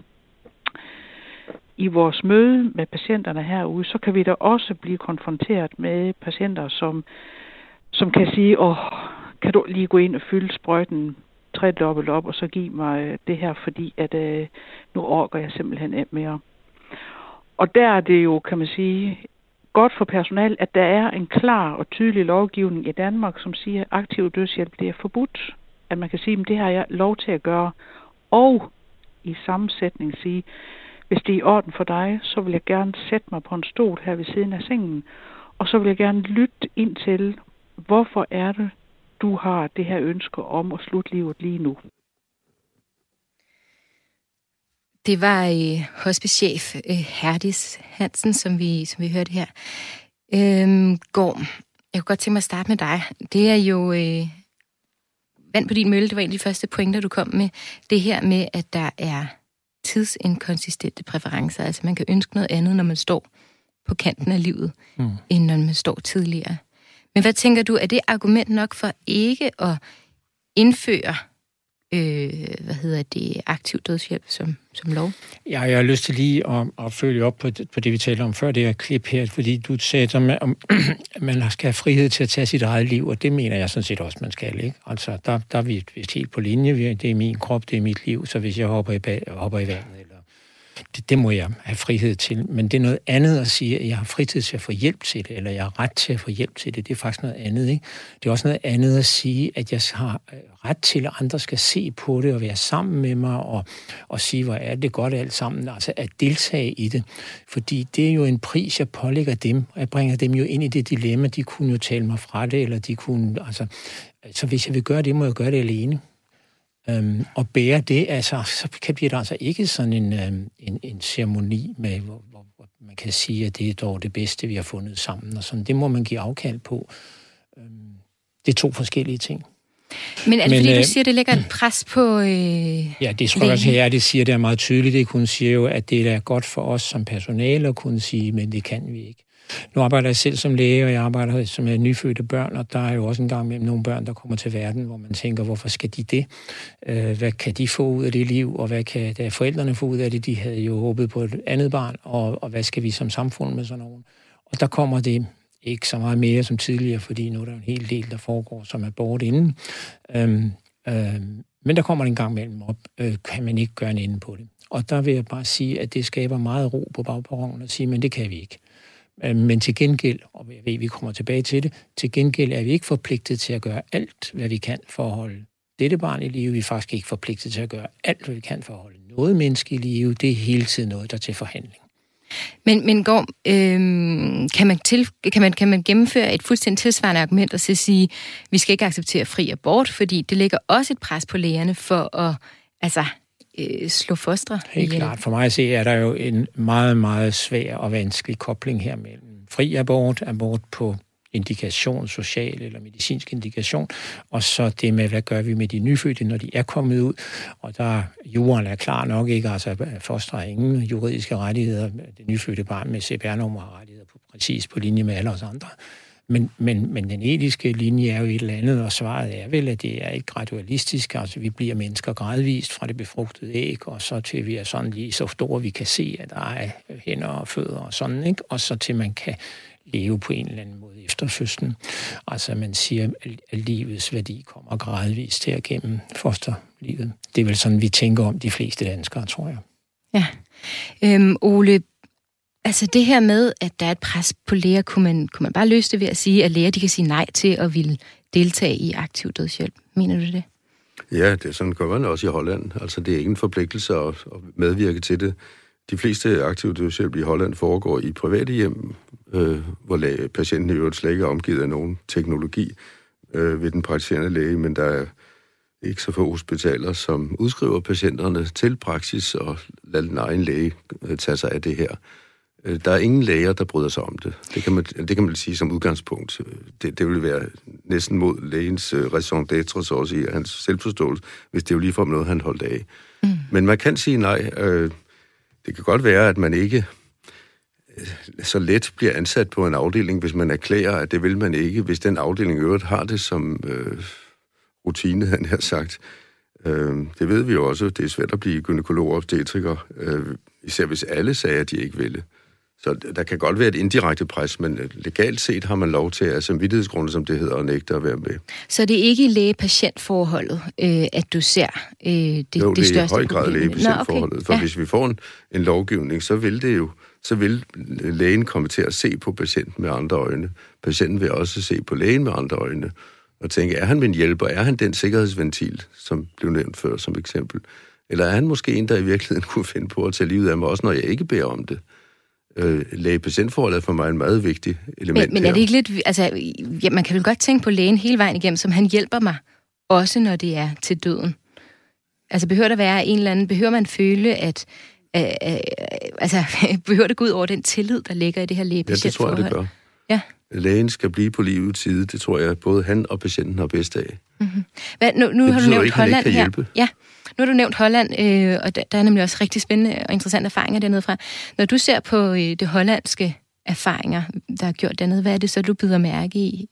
I vores møde med patienterne herude, så kan vi da også blive konfronteret med patienter, som, som kan sige, åh, kan du lige gå ind og fylde sprøjten tredobbelt op, og så give mig det her, fordi at øh, nu orker jeg simpelthen ikke mere. Og der er det jo, kan man sige, godt for personal, at der er en klar og tydelig lovgivning i Danmark, som siger, at aktiv dødshjælp, det er forbudt. At man kan sige, at det har jeg lov til at gøre. Og i sammensætning sige, hvis det er i orden for dig, så vil jeg gerne sætte mig på en stol her ved siden af sengen, og så vil jeg gerne lytte ind til, hvorfor er det, du har det her ønske om at slutte livet lige nu. Det var øh, hospicechef øh, Herdis Hansen, som vi, som vi hørte her. Øhm, Gorm, jeg kunne godt tænke mig at starte med dig. Det er jo øh, vand på din mølle, det var en af de første pointer, du kom med. Det her med, at der er tidsinkonsistente præferencer. Altså man kan ønske noget andet, når man står på kanten af livet, mm. end når man står tidligere. Men hvad tænker du, er det argument nok for ikke at indføre øh, hvad hedder det, aktiv dødshjælp som, som lov? Ja, jeg har lyst til lige at, at følge op på det, på det, vi taler om før, det her klip her, fordi du sagde, at man, man skal have frihed til at tage sit eget liv, og det mener jeg sådan set også, man skal, ikke? Altså, der, der er vi vist helt på linje, det er min krop, det er mit liv, så hvis jeg hopper i, bag, hopper i vandet, eller det, det må jeg have frihed til, men det er noget andet at sige, at jeg har frihed til at få hjælp til det, eller jeg har ret til at få hjælp til det, det er faktisk noget andet, ikke? Det er også noget andet at sige, at jeg har ret til, at andre skal se på det, og være sammen med mig, og, og sige, hvor er det godt alt sammen, altså at deltage i det, fordi det er jo en pris, jeg pålægger dem, og jeg bringer dem jo ind i det dilemma, de kunne jo tale mig fra det, eller de kunne, altså, så hvis jeg vil gøre det, må jeg gøre det alene. Um, og bære det, altså, så kan blive det altså ikke sådan en, um, en, en ceremoni, med, hvor, hvor, hvor man kan sige, at det er dog det bedste, vi har fundet sammen. Og sådan. Det må man give afkald på. Um, det er to forskellige ting. Men er det Men, fordi, øh, du siger, at det lægger et pres på øh, Ja, det tror jeg også, at det siger, det er meget tydeligt. Det kunne sige jo, at det er godt for os som personale at kunne sige, men det kan vi ikke. Nu arbejder jeg selv som læge, og jeg arbejder som med nyfødte børn, og der er jo også en gang mellem nogle børn, der kommer til verden, hvor man tænker, hvorfor skal de det? Hvad kan de få ud af det liv, og hvad kan der forældrene få ud af det? De havde jo håbet på et andet barn, og, og hvad skal vi som samfund med sådan nogen? Og der kommer det ikke så meget mere som tidligere, fordi nu er der en hel del, der foregår, som er bort inden. Øhm, øhm, men der kommer en gang mellem op, øh, kan man ikke gøre en ende på det. Og der vil jeg bare sige, at det skaber meget ro på bagperronen at sige, men det kan vi ikke. Men til gengæld, og jeg ved, vi kommer tilbage til det, til gengæld er vi ikke forpligtet til at gøre alt, hvad vi kan for at holde dette barn i live. Vi er faktisk ikke forpligtet til at gøre alt, hvad vi kan for at holde noget menneske i live. Det er hele tiden noget, der er til forhandling. Men, men Gorm, øh, kan, man til, kan, man, kan man gennemføre et fuldstændig tilsvarende argument og så sige, vi skal ikke acceptere fri abort, fordi det lægger også et pres på lægerne for at altså, øh, slå fostre? Helt klart. For mig at se, er der jo en meget, meget svær og vanskelig kobling her mellem fri abort, abort på indikation, social eller medicinsk indikation, og så det med, hvad gør vi med de nyfødte, når de er kommet ud, og der jorden er klar nok, ikke? Altså, foster har ingen juridiske rettigheder, det nyfødte barn med C P R-nummer har rettigheder på, præcis på linje med alle os andre. Men, men, men den etiske linje er jo et eller andet, og svaret er vel, at det er ikke gradualistisk, altså vi bliver mennesker gradvist fra det befrugtede æg, og så til vi er sådan lige så store, vi kan se, at der er hænder og fødder og sådan, ikke? Og så til man kan leve på en eller anden måde efter fødslen. Altså man siger, at livets værdi kommer gradvist til at gennem fosterlivet. Det er vel sådan, vi tænker om de fleste danskere, tror jeg. Ja. Øhm, Ole, altså det her med, at der er et pres på læger, kunne man, kunne man bare løse det ved at sige, at læger de kan sige nej til at ville deltage i aktiv dødshjælp. Mener du det? Ja, det er sådan gør man også i Holland. Altså det er ikke en forpligtelse at, at medvirke til det. De fleste aktive dødshjælp i Holland foregår i private hjem, øh, hvor læge, patienten i øvrigt slet ikke er omgivet af nogen teknologi øh, ved den praktiserende læge, men der er ikke så få hospitaler, som udskriver patienterne til praksis og lader den egen læge øh, tage sig af det her. Øh, der er ingen læger, der bryder sig om det. Det kan man, det kan man sige som udgangspunkt. Det, det vil være næsten mod lægens øh, raison d'être, så også i hans selvforståelse, hvis det er jo lige for noget, han holdt af. Mm. Men man kan sige nej. Øh, Det kan godt være, at man ikke så let bliver ansat på en afdeling, hvis man erklærer, at det vil man ikke, hvis den afdeling i øvrigt har det som øh, rutine, han har sagt. Øh, det ved vi jo også, det er svært at blive gynækolog og obstetriker, øh, især hvis alle sagde, at de ikke ville. Så der kan godt være et indirekte pres, men legalt set har man lov til, af samvittighedsgrunde, som det hedder, at nægte at være med. Så det er ikke i læge-patient-forholdet, øh, at du ser øh, det, jo, det største problem? Jo, det er i høj grad læge-patient-forholdet. Okay. For ja. Hvis vi får en, en lovgivning, så vil det jo, så vil lægen komme til at se på patienten med andre øjne. Patienten vil også se på lægen med andre øjne, og tænke, er han min hjælper? Er han den sikkerhedsventil, som blev nævnt før som eksempel? Eller er han måske en, der i virkeligheden kunne finde på at tage livet af mig, også når jeg ikke beder om det? Øh, læge-patientforholdet er for mig en meget vigtig element. Men, men er det ikke lidt... Altså, ja, man kan vel godt tænke på lægen hele vejen igennem, som han hjælper mig, også når det er til døden. Altså, behøver der være en eller anden... Behøver man føle, at... Øh, øh, altså, behøver det gå ud over den tillid, der ligger i det her læge-patientforhold? Ja, det tror jeg, det gør. Ja. Lægen skal blive på livets side. Det tror jeg, både han og patienten har bedst af. Mm-hmm. Hvad, nu nu har du nævnt ikke, Holland her. Hjælpe. Ja. Nu har du nævnt Holland, øh, og der, der er nemlig også rigtig spændende og interessante erfaringer dernede fra. Når du ser på øh, det hollandske erfaringer, der er gjort dernede, hvad er det så, du bider mærke i?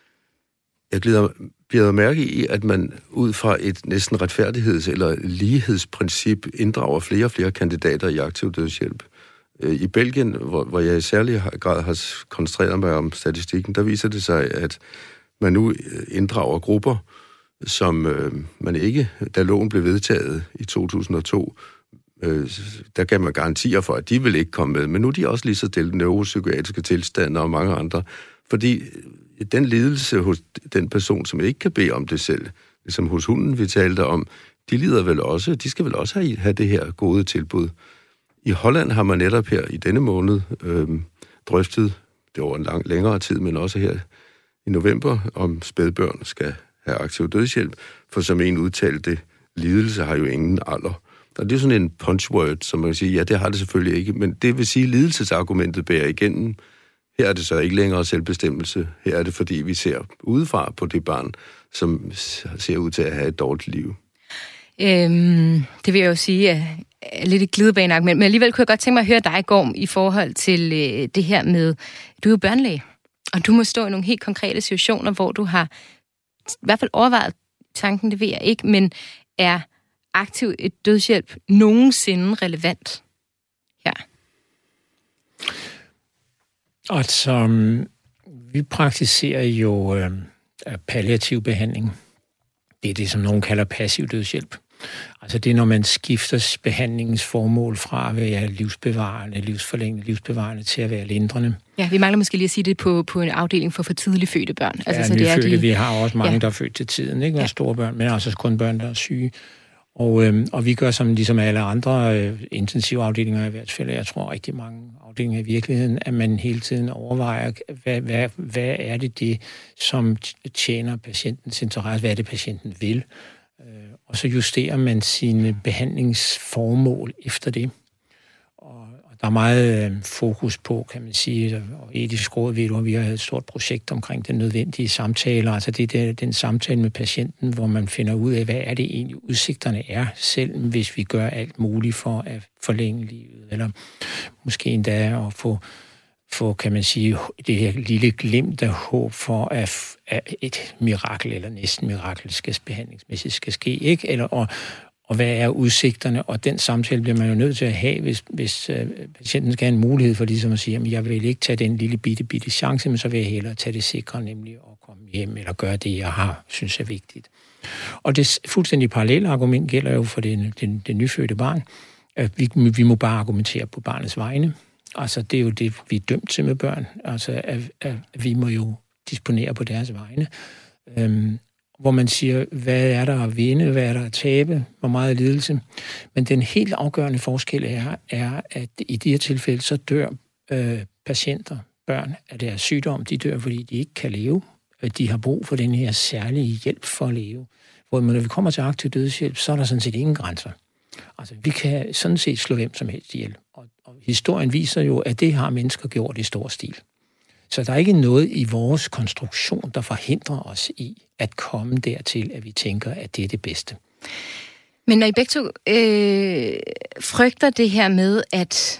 Jeg glider, bider mærke i, at man ud fra et næsten retfærdigheds- eller lighedsprincip inddrager flere og flere kandidater i aktiv dødshjælp. I Belgien, hvor, hvor jeg i særlig grad har koncentreret mig om statistikken, der viser det sig, at man nu inddrager grupper, som øh, man ikke, da loven blev vedtaget i to tusind og to, øh, der gav man garantier for, at de ville ikke komme med. Men nu er de også lige så delt neuropsykiatriske tilstande og mange andre. Fordi den lidelse hos den person, som ikke kan bede om det selv, ligesom hos hunden, vi talte om, de lider vel også, de skal vel også have, have det her gode tilbud. I Holland har man netop her i denne måned øh, drøftet, det over en lang, længere tid, men også her i november, om spædbørn skal have aktiv dødshjælp, for som en udtalte, lidelse har jo ingen alder. Og det er sådan en punchword, som man kan sige, ja, det har det selvfølgelig ikke, men det vil sige, at lidelsesargumentet bærer igennem. Her er det så ikke længere selvbestemmelse. Her er det, fordi vi ser udefra på det barn, som ser ud til at have et dårligt liv. Øhm, det vil jeg jo sige er lidt et glidebaneargument, men alligevel kunne jeg godt tænke mig at høre dig, Gorm, i forhold til øh, det her med, du er jo børnelæge, og du må stå i nogle helt konkrete situationer, hvor du har i hvert fald overvejet tanken, det ved jeg ikke, men er aktiv et dødshjælp nogensinde relevant her? Altså, vi praktiserer jo øh, palliativ behandling. Det er det, som nogen kalder passiv dødshjælp. Altså det er, når man skifter behandlingens formål fra at være livsbevarende, livsforlængende, livsbevarende til at være lindrende. Ja, vi mangler måske lige at sige det på, på en afdeling for for tidligt fødte børn. Altså, ja, så nyfødte, det er de... vi har også mange, ja. Der er født til tiden, ikke? Ja. Store børn, men altså kun børn, der er syge. Og, øhm, og vi gør som ligesom alle andre øh, intensivafdelinger i hvert fald, jeg tror rigtig mange afdelinger i virkeligheden, at man hele tiden overvejer, hvad, hvad, hvad er det det, som tjener patientens interesse, hvad er det patienten vil, øh, og så justerer man sine behandlingsformål efter det. Og, og der er meget øh, fokus på, kan man sige, og etisk råd ved du, at vi har et stort projekt omkring den nødvendige samtale, altså det er den samtale med patienten, hvor man finder ud af, hvad er det egentlig udsigterne er, selv hvis vi gør alt muligt for at forlænge livet, eller måske endda at få, få kan man sige, det her lille glimt af håb for, at, at et mirakel, eller næsten mirakel, skal behandlingsmæssigt skal ske, ikke? Eller, og, og hvad er udsigterne, og den samtale bliver man jo nødt til at have, hvis, hvis uh, patienten skal have en mulighed for ligesom at sige, at jeg vil ikke tage den lille bitte, bitte chance, men så vil jeg hellere tage det sikre, nemlig at komme hjem, eller gøre det, jeg har, synes er vigtigt. Og det fuldstændig parallelle argument gælder jo for det, det, det nyfødte barn, at vi, vi må bare argumentere på barnets vegne. Altså, det er jo det, vi er dømt til med børn, altså, at, at vi må jo disponere på deres vegne. Øhm, hvor man siger, hvad er der at vinde, hvad er der at tabe, hvor meget lidelse. Men den helt afgørende forskel er, er at i de her tilfælde, så dør øh, patienter, børn af deres sygdom, de dør, fordi de ikke kan leve. De har brug for den her særlige hjælp for at leve. Hvor når vi kommer til aktiv dødshjælp, så er der sådan set ingen grænser. Altså, vi kan sådan set slå hvem som helst ihjel. Og, og historien viser jo, at det har mennesker gjort i stor stil. Så der er ikke noget i vores konstruktion, der forhindrer os i at komme dertil, at vi tænker, at det er det bedste. Men når I begge to øh, frygter det her med, at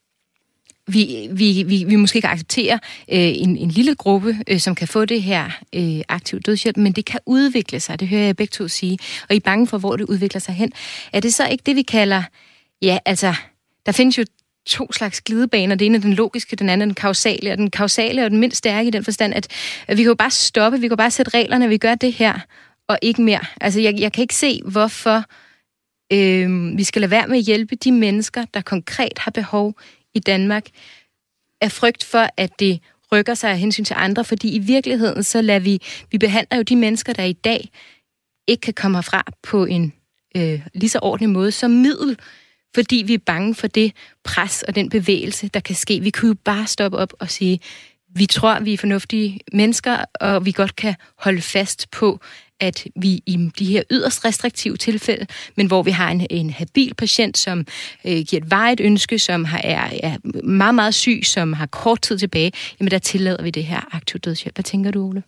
vi, vi, vi, vi måske kan acceptere øh, en, en lille gruppe, øh, som kan få det her øh, aktiv dødshjælp, men det kan udvikle sig, det hører jeg begge to sige, og I er bange for, hvor det udvikler sig hen. Er det så ikke det, vi kalder, ja, altså, der findes jo to slags glidebaner. Det ene er den logiske, den anden er den kausale, og den kausale er den mindst stærke i den forstand, at, at vi kan jo bare stoppe, vi kan bare sætte reglerne, vi gør det her, og ikke mere. Altså, jeg, jeg kan ikke se, hvorfor øh, vi skal lade være med at hjælpe de mennesker, der konkret har behov i Danmark, af frygt for, at det rykker sig af hensyn til andre, fordi i virkeligheden, så lader vi, vi behandler jo de mennesker, der i dag ikke kan komme herfra på en øh, lige så ordentlig måde som middel, fordi vi er bange for det pres og den bevægelse, der kan ske. Vi kan jo bare stoppe op og sige, vi tror, vi er fornuftige mennesker, og vi godt kan holde fast på, at vi i de her yderst restriktive tilfælde, men hvor vi har en, en habil patient, som øh, giver et varigt ønske, som har, er, er meget, meget syg, som har kort tid tilbage, jamen der tillader vi det her aktiv dødshjælp. Hvad tænker du, Ole?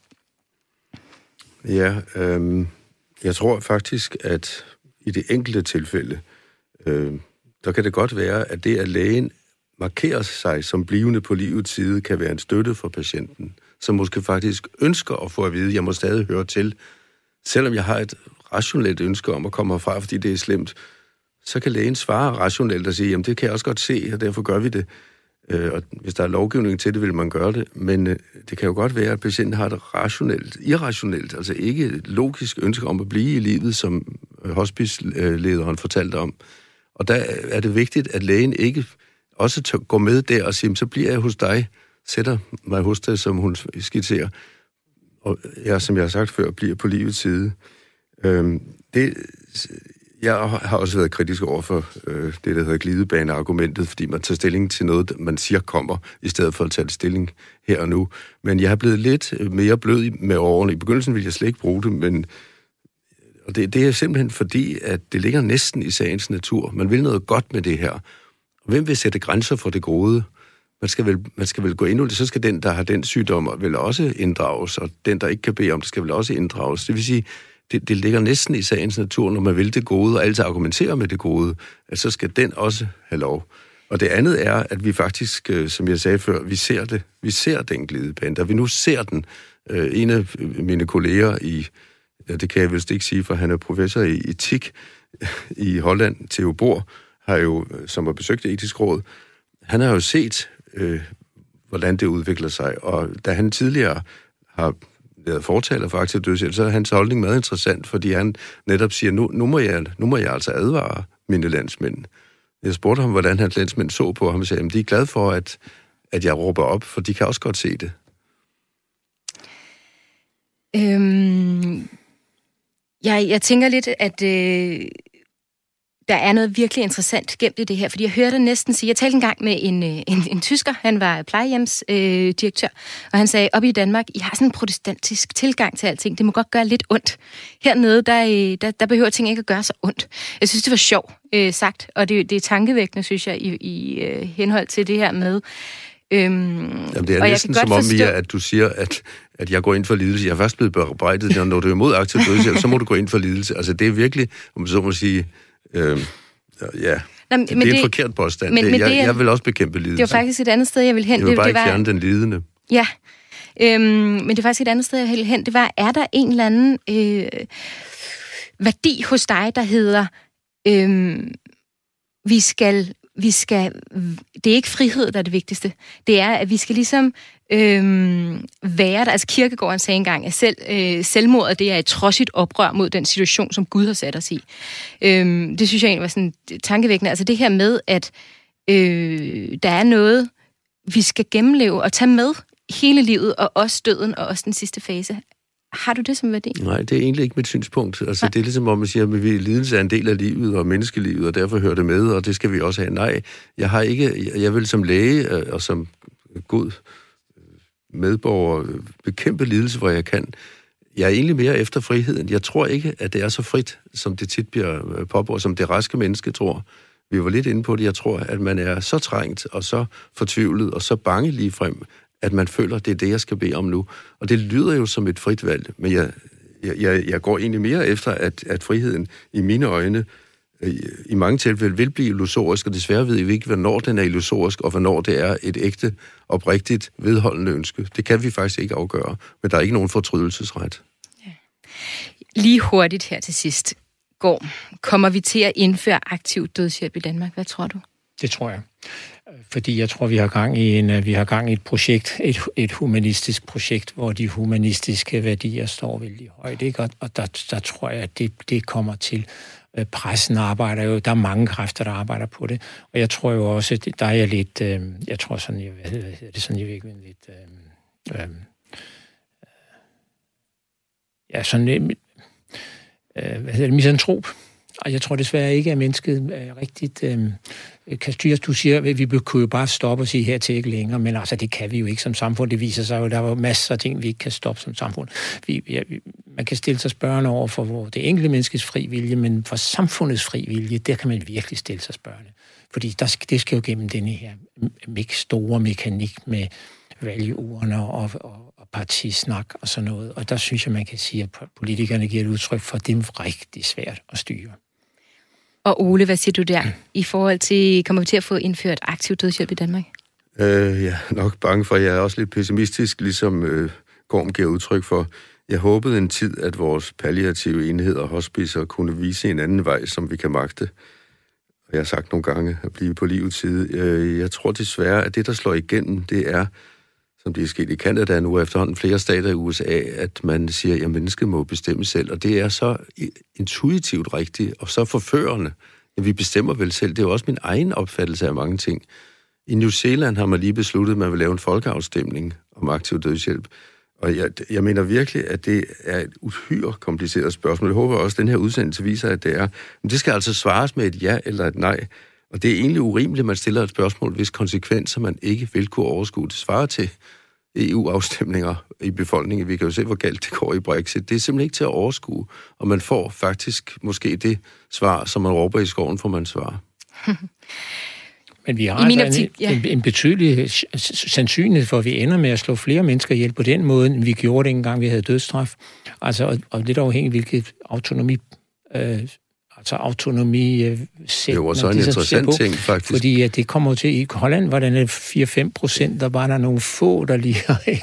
Ja, øh, jeg tror faktisk, at i det enkelte tilfælde, øh, der kan det godt være, at det, at lægen markerer sig som blivende på livets side, kan være en støtte for patienten, som måske faktisk ønsker at få at vide, at jeg må stadig høre til, selvom jeg har et rationelt ønske om at komme herfra, fordi det er slemt, så kan lægen svare rationelt og sige, jamen det kan jeg også godt se, og derfor gør vi det. Og hvis der er lovgivning til det, vil man gøre det. Men det kan jo godt være, at patienten har et rationelt, irrationelt, altså ikke logisk ønske om at blive i livet, som hospicelederen fortalte om. Og der er det vigtigt, at lægen ikke også går med der og siger, så bliver jeg hos dig, sætter mig hos dig, som hun skitserer. Og jeg, som jeg har sagt før, bliver på livets side. Øhm, det, jeg har også været kritisk over for øh, det, der hedder glidebaneargumentet, fordi man tager stilling til noget, man siger kommer, i stedet for at tage stilling her og nu. Men jeg har blevet lidt mere blød med årene. I begyndelsen ville jeg slet ikke bruge det, men og det, det er simpelthen fordi, at det ligger næsten i sagens natur. Man vil noget godt med det her. Og hvem vil sætte grænser for det gode? Man skal, vel, man skal vel gå ind i det, så skal den, der har den sygdom, vel også inddrages, og den, der ikke kan bede om det, skal vel også inddrages. Det vil sige, det, det ligger næsten i sagens natur, når man vil det gode, og altid argumenterer med det gode, at så skal den også have lov. Og det andet er, at vi faktisk, som jeg sagde før, vi ser det. Vi ser den glidebane. Da vi nu ser den, en af mine kolleger i, ja, det kan jeg vist ikke sige, for han er professor i etik i Holland, Theo Bohr, har jo, som har besøgt det etiske råd, han har jo set, øh, hvordan det udvikler sig, og da han tidligere har været fortaler for aktiv dødshjælp, så er hans holdning meget interessant, fordi han netop siger, nu, nu, må, jeg, nu må jeg altså advare mine landsmænd. Jeg spurgte ham, hvordan hans landsmænd så på ham, og sagde, at de er glade for, at, at jeg råber op, for de kan også godt se det. Øhm, jeg, jeg tænker lidt, at øh, der er noget virkelig interessant gemt i det her, fordi jeg hørte næsten sige, jeg talte engang med en, en, en tysker, han var plejehjemsdirektør, øh, og han sagde, op i Danmark, I har sådan en protestantisk tilgang til alting, det må godt gøre lidt ondt. Hernede, der, der, der behøver ting ikke at gøre så ondt. Jeg synes, det var sjovt øh, sagt, og det, det er tankevækkende, synes jeg, i, i øh, henhold til det her med. Øhm, Jamen, det er næsten som om, Mia, at du siger, at, at jeg går ind for lidelse. Jeg er først blevet bebrejdet, når du er imod aktiv dødshjælp, så må du gå ind for lidelse. Altså, det er virkelig, om man så må sige, øh, ja, Nå, det, det er en det, forkert påstand. Men, det, men jeg, det, jeg vil også bekæmpe lidelse. Det var faktisk et andet sted, jeg vil hen. Jeg vil bare det, ikke det var, fjerne den lidende. Ja, øhm, men det er faktisk et andet sted, jeg vil hen. Det var, er der en eller anden øh, værdi hos dig, der hedder, øh, vi skal... Vi skal, det er ikke frihed, der er det vigtigste. Det er, at vi skal ligesom øhm, være der. Altså Kierkegaard sagde engang, at selv, øh, selvmordet, det er et trodsigt oprør mod den situation, som Gud har sat os i. Øhm, det synes jeg egentlig var sådan tankevækkende. Altså det her med, at øh, der er noget, vi skal gennemleve og tage med hele livet, og også døden, og også den sidste fase. Har du det som værdi? Nej, det er egentlig ikke mit synspunkt. Altså, ja. Det er ligesom, om man siger, at lidelse er en del af livet og menneskelivet, og derfor hører det med, og det skal vi også have. Nej, jeg har ikke, jeg vil som læge og som god medborger bekæmpe lidelse, hvor jeg kan. Jeg er egentlig mere efter friheden. Jeg tror ikke, at det er så frit, som det tit bliver påbrugt, som det raske menneske tror. Vi var lidt inde på det. Jeg tror, at man er så trængt og så fortvivlet og så bange ligefrem, at man føler, at det er det, jeg skal bede om nu. Og det lyder jo som et frit valg, men jeg, jeg, jeg går egentlig mere efter, at, at friheden i mine øjne i, i mange tilfælde vil blive illusorisk, og desværre ved vi ikke, hvornår den er illusorisk, og hvornår det er et ægte, oprigtigt, vedholdende ønske. Det kan vi faktisk ikke afgøre, men der er ikke nogen fortrydelsesret. Ja. Lige hurtigt her til sidst. Går, kommer vi til at indføre aktiv dødshjælp i Danmark? Hvad tror du? Det tror jeg. Fordi jeg tror, vi har gang i en, vi har gang i et projekt, et, et humanistisk projekt, hvor de humanistiske værdier står vældig højt, ikke? Og, og der, der tror jeg, at det, det kommer til. Pressen arbejder jo, der er mange kræfter, der arbejder på det. Og jeg tror jo også, at der er jeg lidt, øh, jeg tror sådan, jeg, hvad hedder det, sådan i virkeligheden lidt, øh, øh, ja, sådan, øh, hvad hedder det, misantrop. Og jeg tror desværre ikke, at mennesket er rigtigt øh, kan styres. Du siger, at vi kunne jo bare stoppe og sige her til ikke længere, men altså det kan vi jo ikke som samfund. Det viser sig jo, at der er masser af ting, vi ikke kan stoppe som samfund. Vi, ja, man kan stille sig spørgende over for hvor det enkelte menneskes fri vilje, men for samfundets fri vilje, der kan man virkelig stille sig spørgende. Fordi der, det skal jo gennem denne her store mekanik med valgurner og, og, og partisnak og sådan noget. Og der synes jeg, man kan sige, at politikerne giver et udtryk for, at det er rigtig svært at styre. Og Ole, hvad siger du der i forhold til, kommer vi til at få indført aktiv dødshjælp i Danmark? Øh, jeg er nok bange for, jeg er også lidt pessimistisk, ligesom øh, Gorm giver udtryk for. Jeg håbede en tid, at vores palliative enheder og hospicer kunne vise en anden vej, som vi kan magte. Og jeg har sagt nogle gange at blive på livets side. Øh, jeg tror desværre, at det, der slår igennem, det er, som det er sket i Canada nu, efterhånden flere stater i U S A, at man siger, at mennesket må bestemme selv. Og det er så intuitivt rigtigt, og så forførende, at vi bestemmer vel selv. Det er jo også min egen opfattelse af mange ting. I New Zealand har man lige besluttet, at man vil lave en folkeafstemning om aktiv dødshjælp. Og jeg, jeg mener virkelig, at det er et uhyre kompliceret spørgsmål. Jeg håber også, at den her udsendelse viser, at det er. Men det skal altså svares med et ja eller et nej. Og det er egentlig urimeligt, at man stiller et spørgsmål, hvis konsekvenser man ikke vil kunne overskue. Det svarer til E U-afstemninger i befolkningen. Vi kan jo se, hvor galt det går i Brexit. Det er simpelthen ikke til at overskue. Og man får faktisk måske det svar, som man råber i skoven, får man svar. Men vi har altså optik, ja. en, en betydelig sandsynlighed for, at vi ender med at slå flere mennesker ihjel på den måde, end vi gjorde det engang, vi havde dødsstraf. Altså, og, og lidt afhængigt, hvilket autonomi... Øh, altså autonomi øh, selv. Det var så en interessant ting, faktisk. Fordi at det kommer til i Holland, var det fire til fem procent, der var der nogle få, der lige... ja.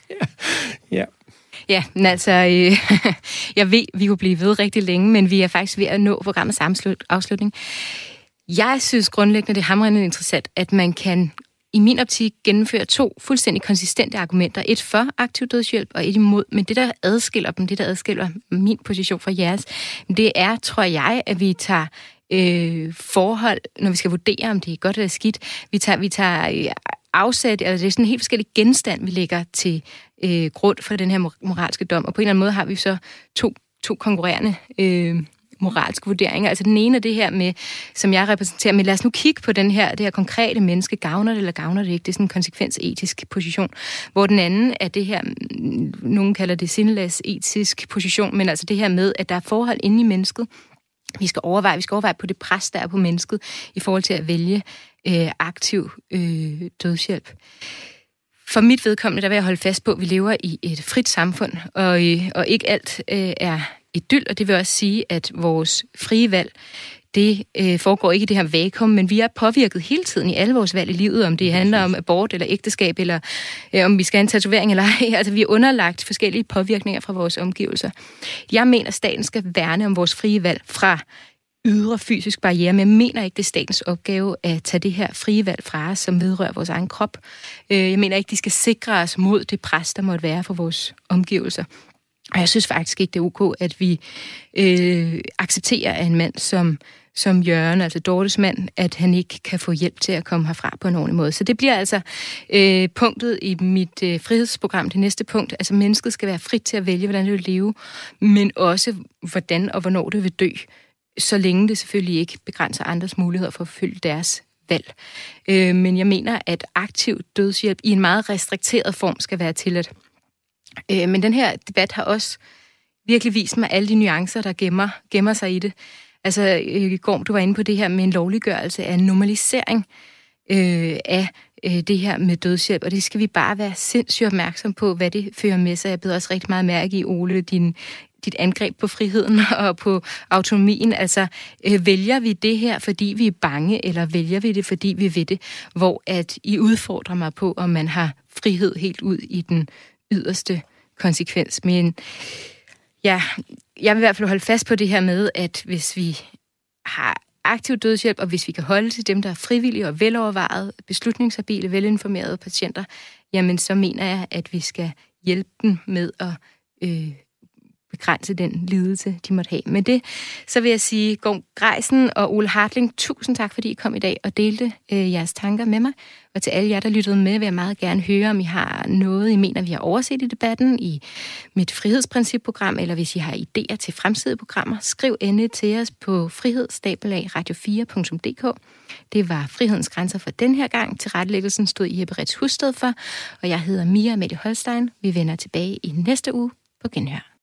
ja. Ja, men altså, øh, jeg ved, vi kunne blive ved rigtig længe, men vi er faktisk ved at nå programmets afslutning. Jeg synes grundlæggende, det er hamrende interessant, at man kan i min optik gennemføre to fuldstændig konsistente argumenter. Et for aktiv dødshjælp og et imod. Men det, der adskiller dem, det, der adskiller min position fra jeres, det er, tror jeg, at vi tager øh, forhold, når vi skal vurdere, om det er godt eller skidt. Vi tager, vi tager øh, afsæt, altså det er sådan en helt forskellig genstand, vi lægger til øh, grund for den her moralske dom. Og på en eller anden måde har vi så to, to konkurrerende øh, moralske vurderinger. Altså den ene er det her med, som jeg repræsenterer, men lad os nu kigge på den her, det her konkrete menneske. Gavner det eller gavner det ikke? Det er sådan en konsekvensetisk position. Hvor den anden er det her, nogen kalder det sinless etisk position, men altså det her med, at der er forhold inde i mennesket. Vi skal overveje, vi skal overveje på det pres, der er på mennesket, i forhold til at vælge øh, aktiv øh, dødshjælp. For mit vedkommende, der vil jeg holde fast på, at vi lever i et frit samfund, og, øh, og ikke alt øh, er idyl, og det vil også sige, at vores frie valg, det øh, foregår ikke i det her vakuum, men vi er påvirket hele tiden i alle vores valg i livet, om det handler om abort eller ægteskab, eller øh, om vi skal have en tatovering eller ej. Altså, vi er underlagt forskellige påvirkninger fra vores omgivelser. Jeg mener, at staten skal værne om vores frie valg fra ydre fysisk barriere, men jeg mener ikke, det er statens opgave at tage det her frie valg fra os, som vedrører vores egen krop. Jeg mener ikke, de skal sikre os mod det pres, der måtte være for vores omgivelser. Og jeg synes faktisk ikke, det er ok, at vi øh, accepterer af en mand som, som Jørgen, altså Dortes mand, at han ikke kan få hjælp til at komme herfra på en ordentlig måde. Så det bliver altså øh, punktet i mit øh, frihedsprogram, det næste punkt. Altså mennesket skal være frit til at vælge, hvordan det vil leve, men også hvordan og hvornår det vil dø, så længe det selvfølgelig ikke begrænser andres muligheder for at følge deres valg. Øh, men jeg mener, at aktiv dødshjælp i en meget restrikteret form skal være tilladt. Øh, men den her debat har også virkelig vist mig alle de nuancer, der gemmer, gemmer sig i det. Altså, øh, Gorm, du var inde på det her med en lovliggørelse af en normalisering øh, af øh, det her med dødshjælp, og det skal vi bare være sindssygt opmærksom på, hvad det fører med sig. Jeg beder også rigtig meget mærke i, Ole, din dit angreb på friheden og på autonomien. Altså, øh, vælger vi det her, fordi vi er bange, eller vælger vi det, fordi vi ved det? Hvor at I udfordrer mig på, om man har frihed helt ud i den yderste konsekvens. Men ja, jeg vil i hvert fald holde fast på det her med, at hvis vi har aktiv dødshjælp, og hvis vi kan holde til dem, der er frivillige og velovervejede, beslutningshabile, velinformerede patienter, jamen så mener jeg, at vi skal hjælpe dem med at øh, begrænse den lidelse, de måtte have. Med det, så vil jeg sige, Gorm Greisen og Ole Hartling, tusind tak, fordi I kom i dag og delte øh, jeres tanker med mig. Og til alle jer, der lyttede med, vil jeg meget gerne høre, om I har noget, I mener, vi har overset i debatten i mit frihedsprincipprogram, eller hvis I har idéer til fremtidige programmer, skriv endelig til os på frihed bindestreg radio fire punktum d k. Det var Frihedens Grænser for den her gang. Til rettelæggelsen stod Jeppe Retz Husted for, og jeg hedder Mia Amalie Holstein. Vi vender tilbage i næste uge på Genhør.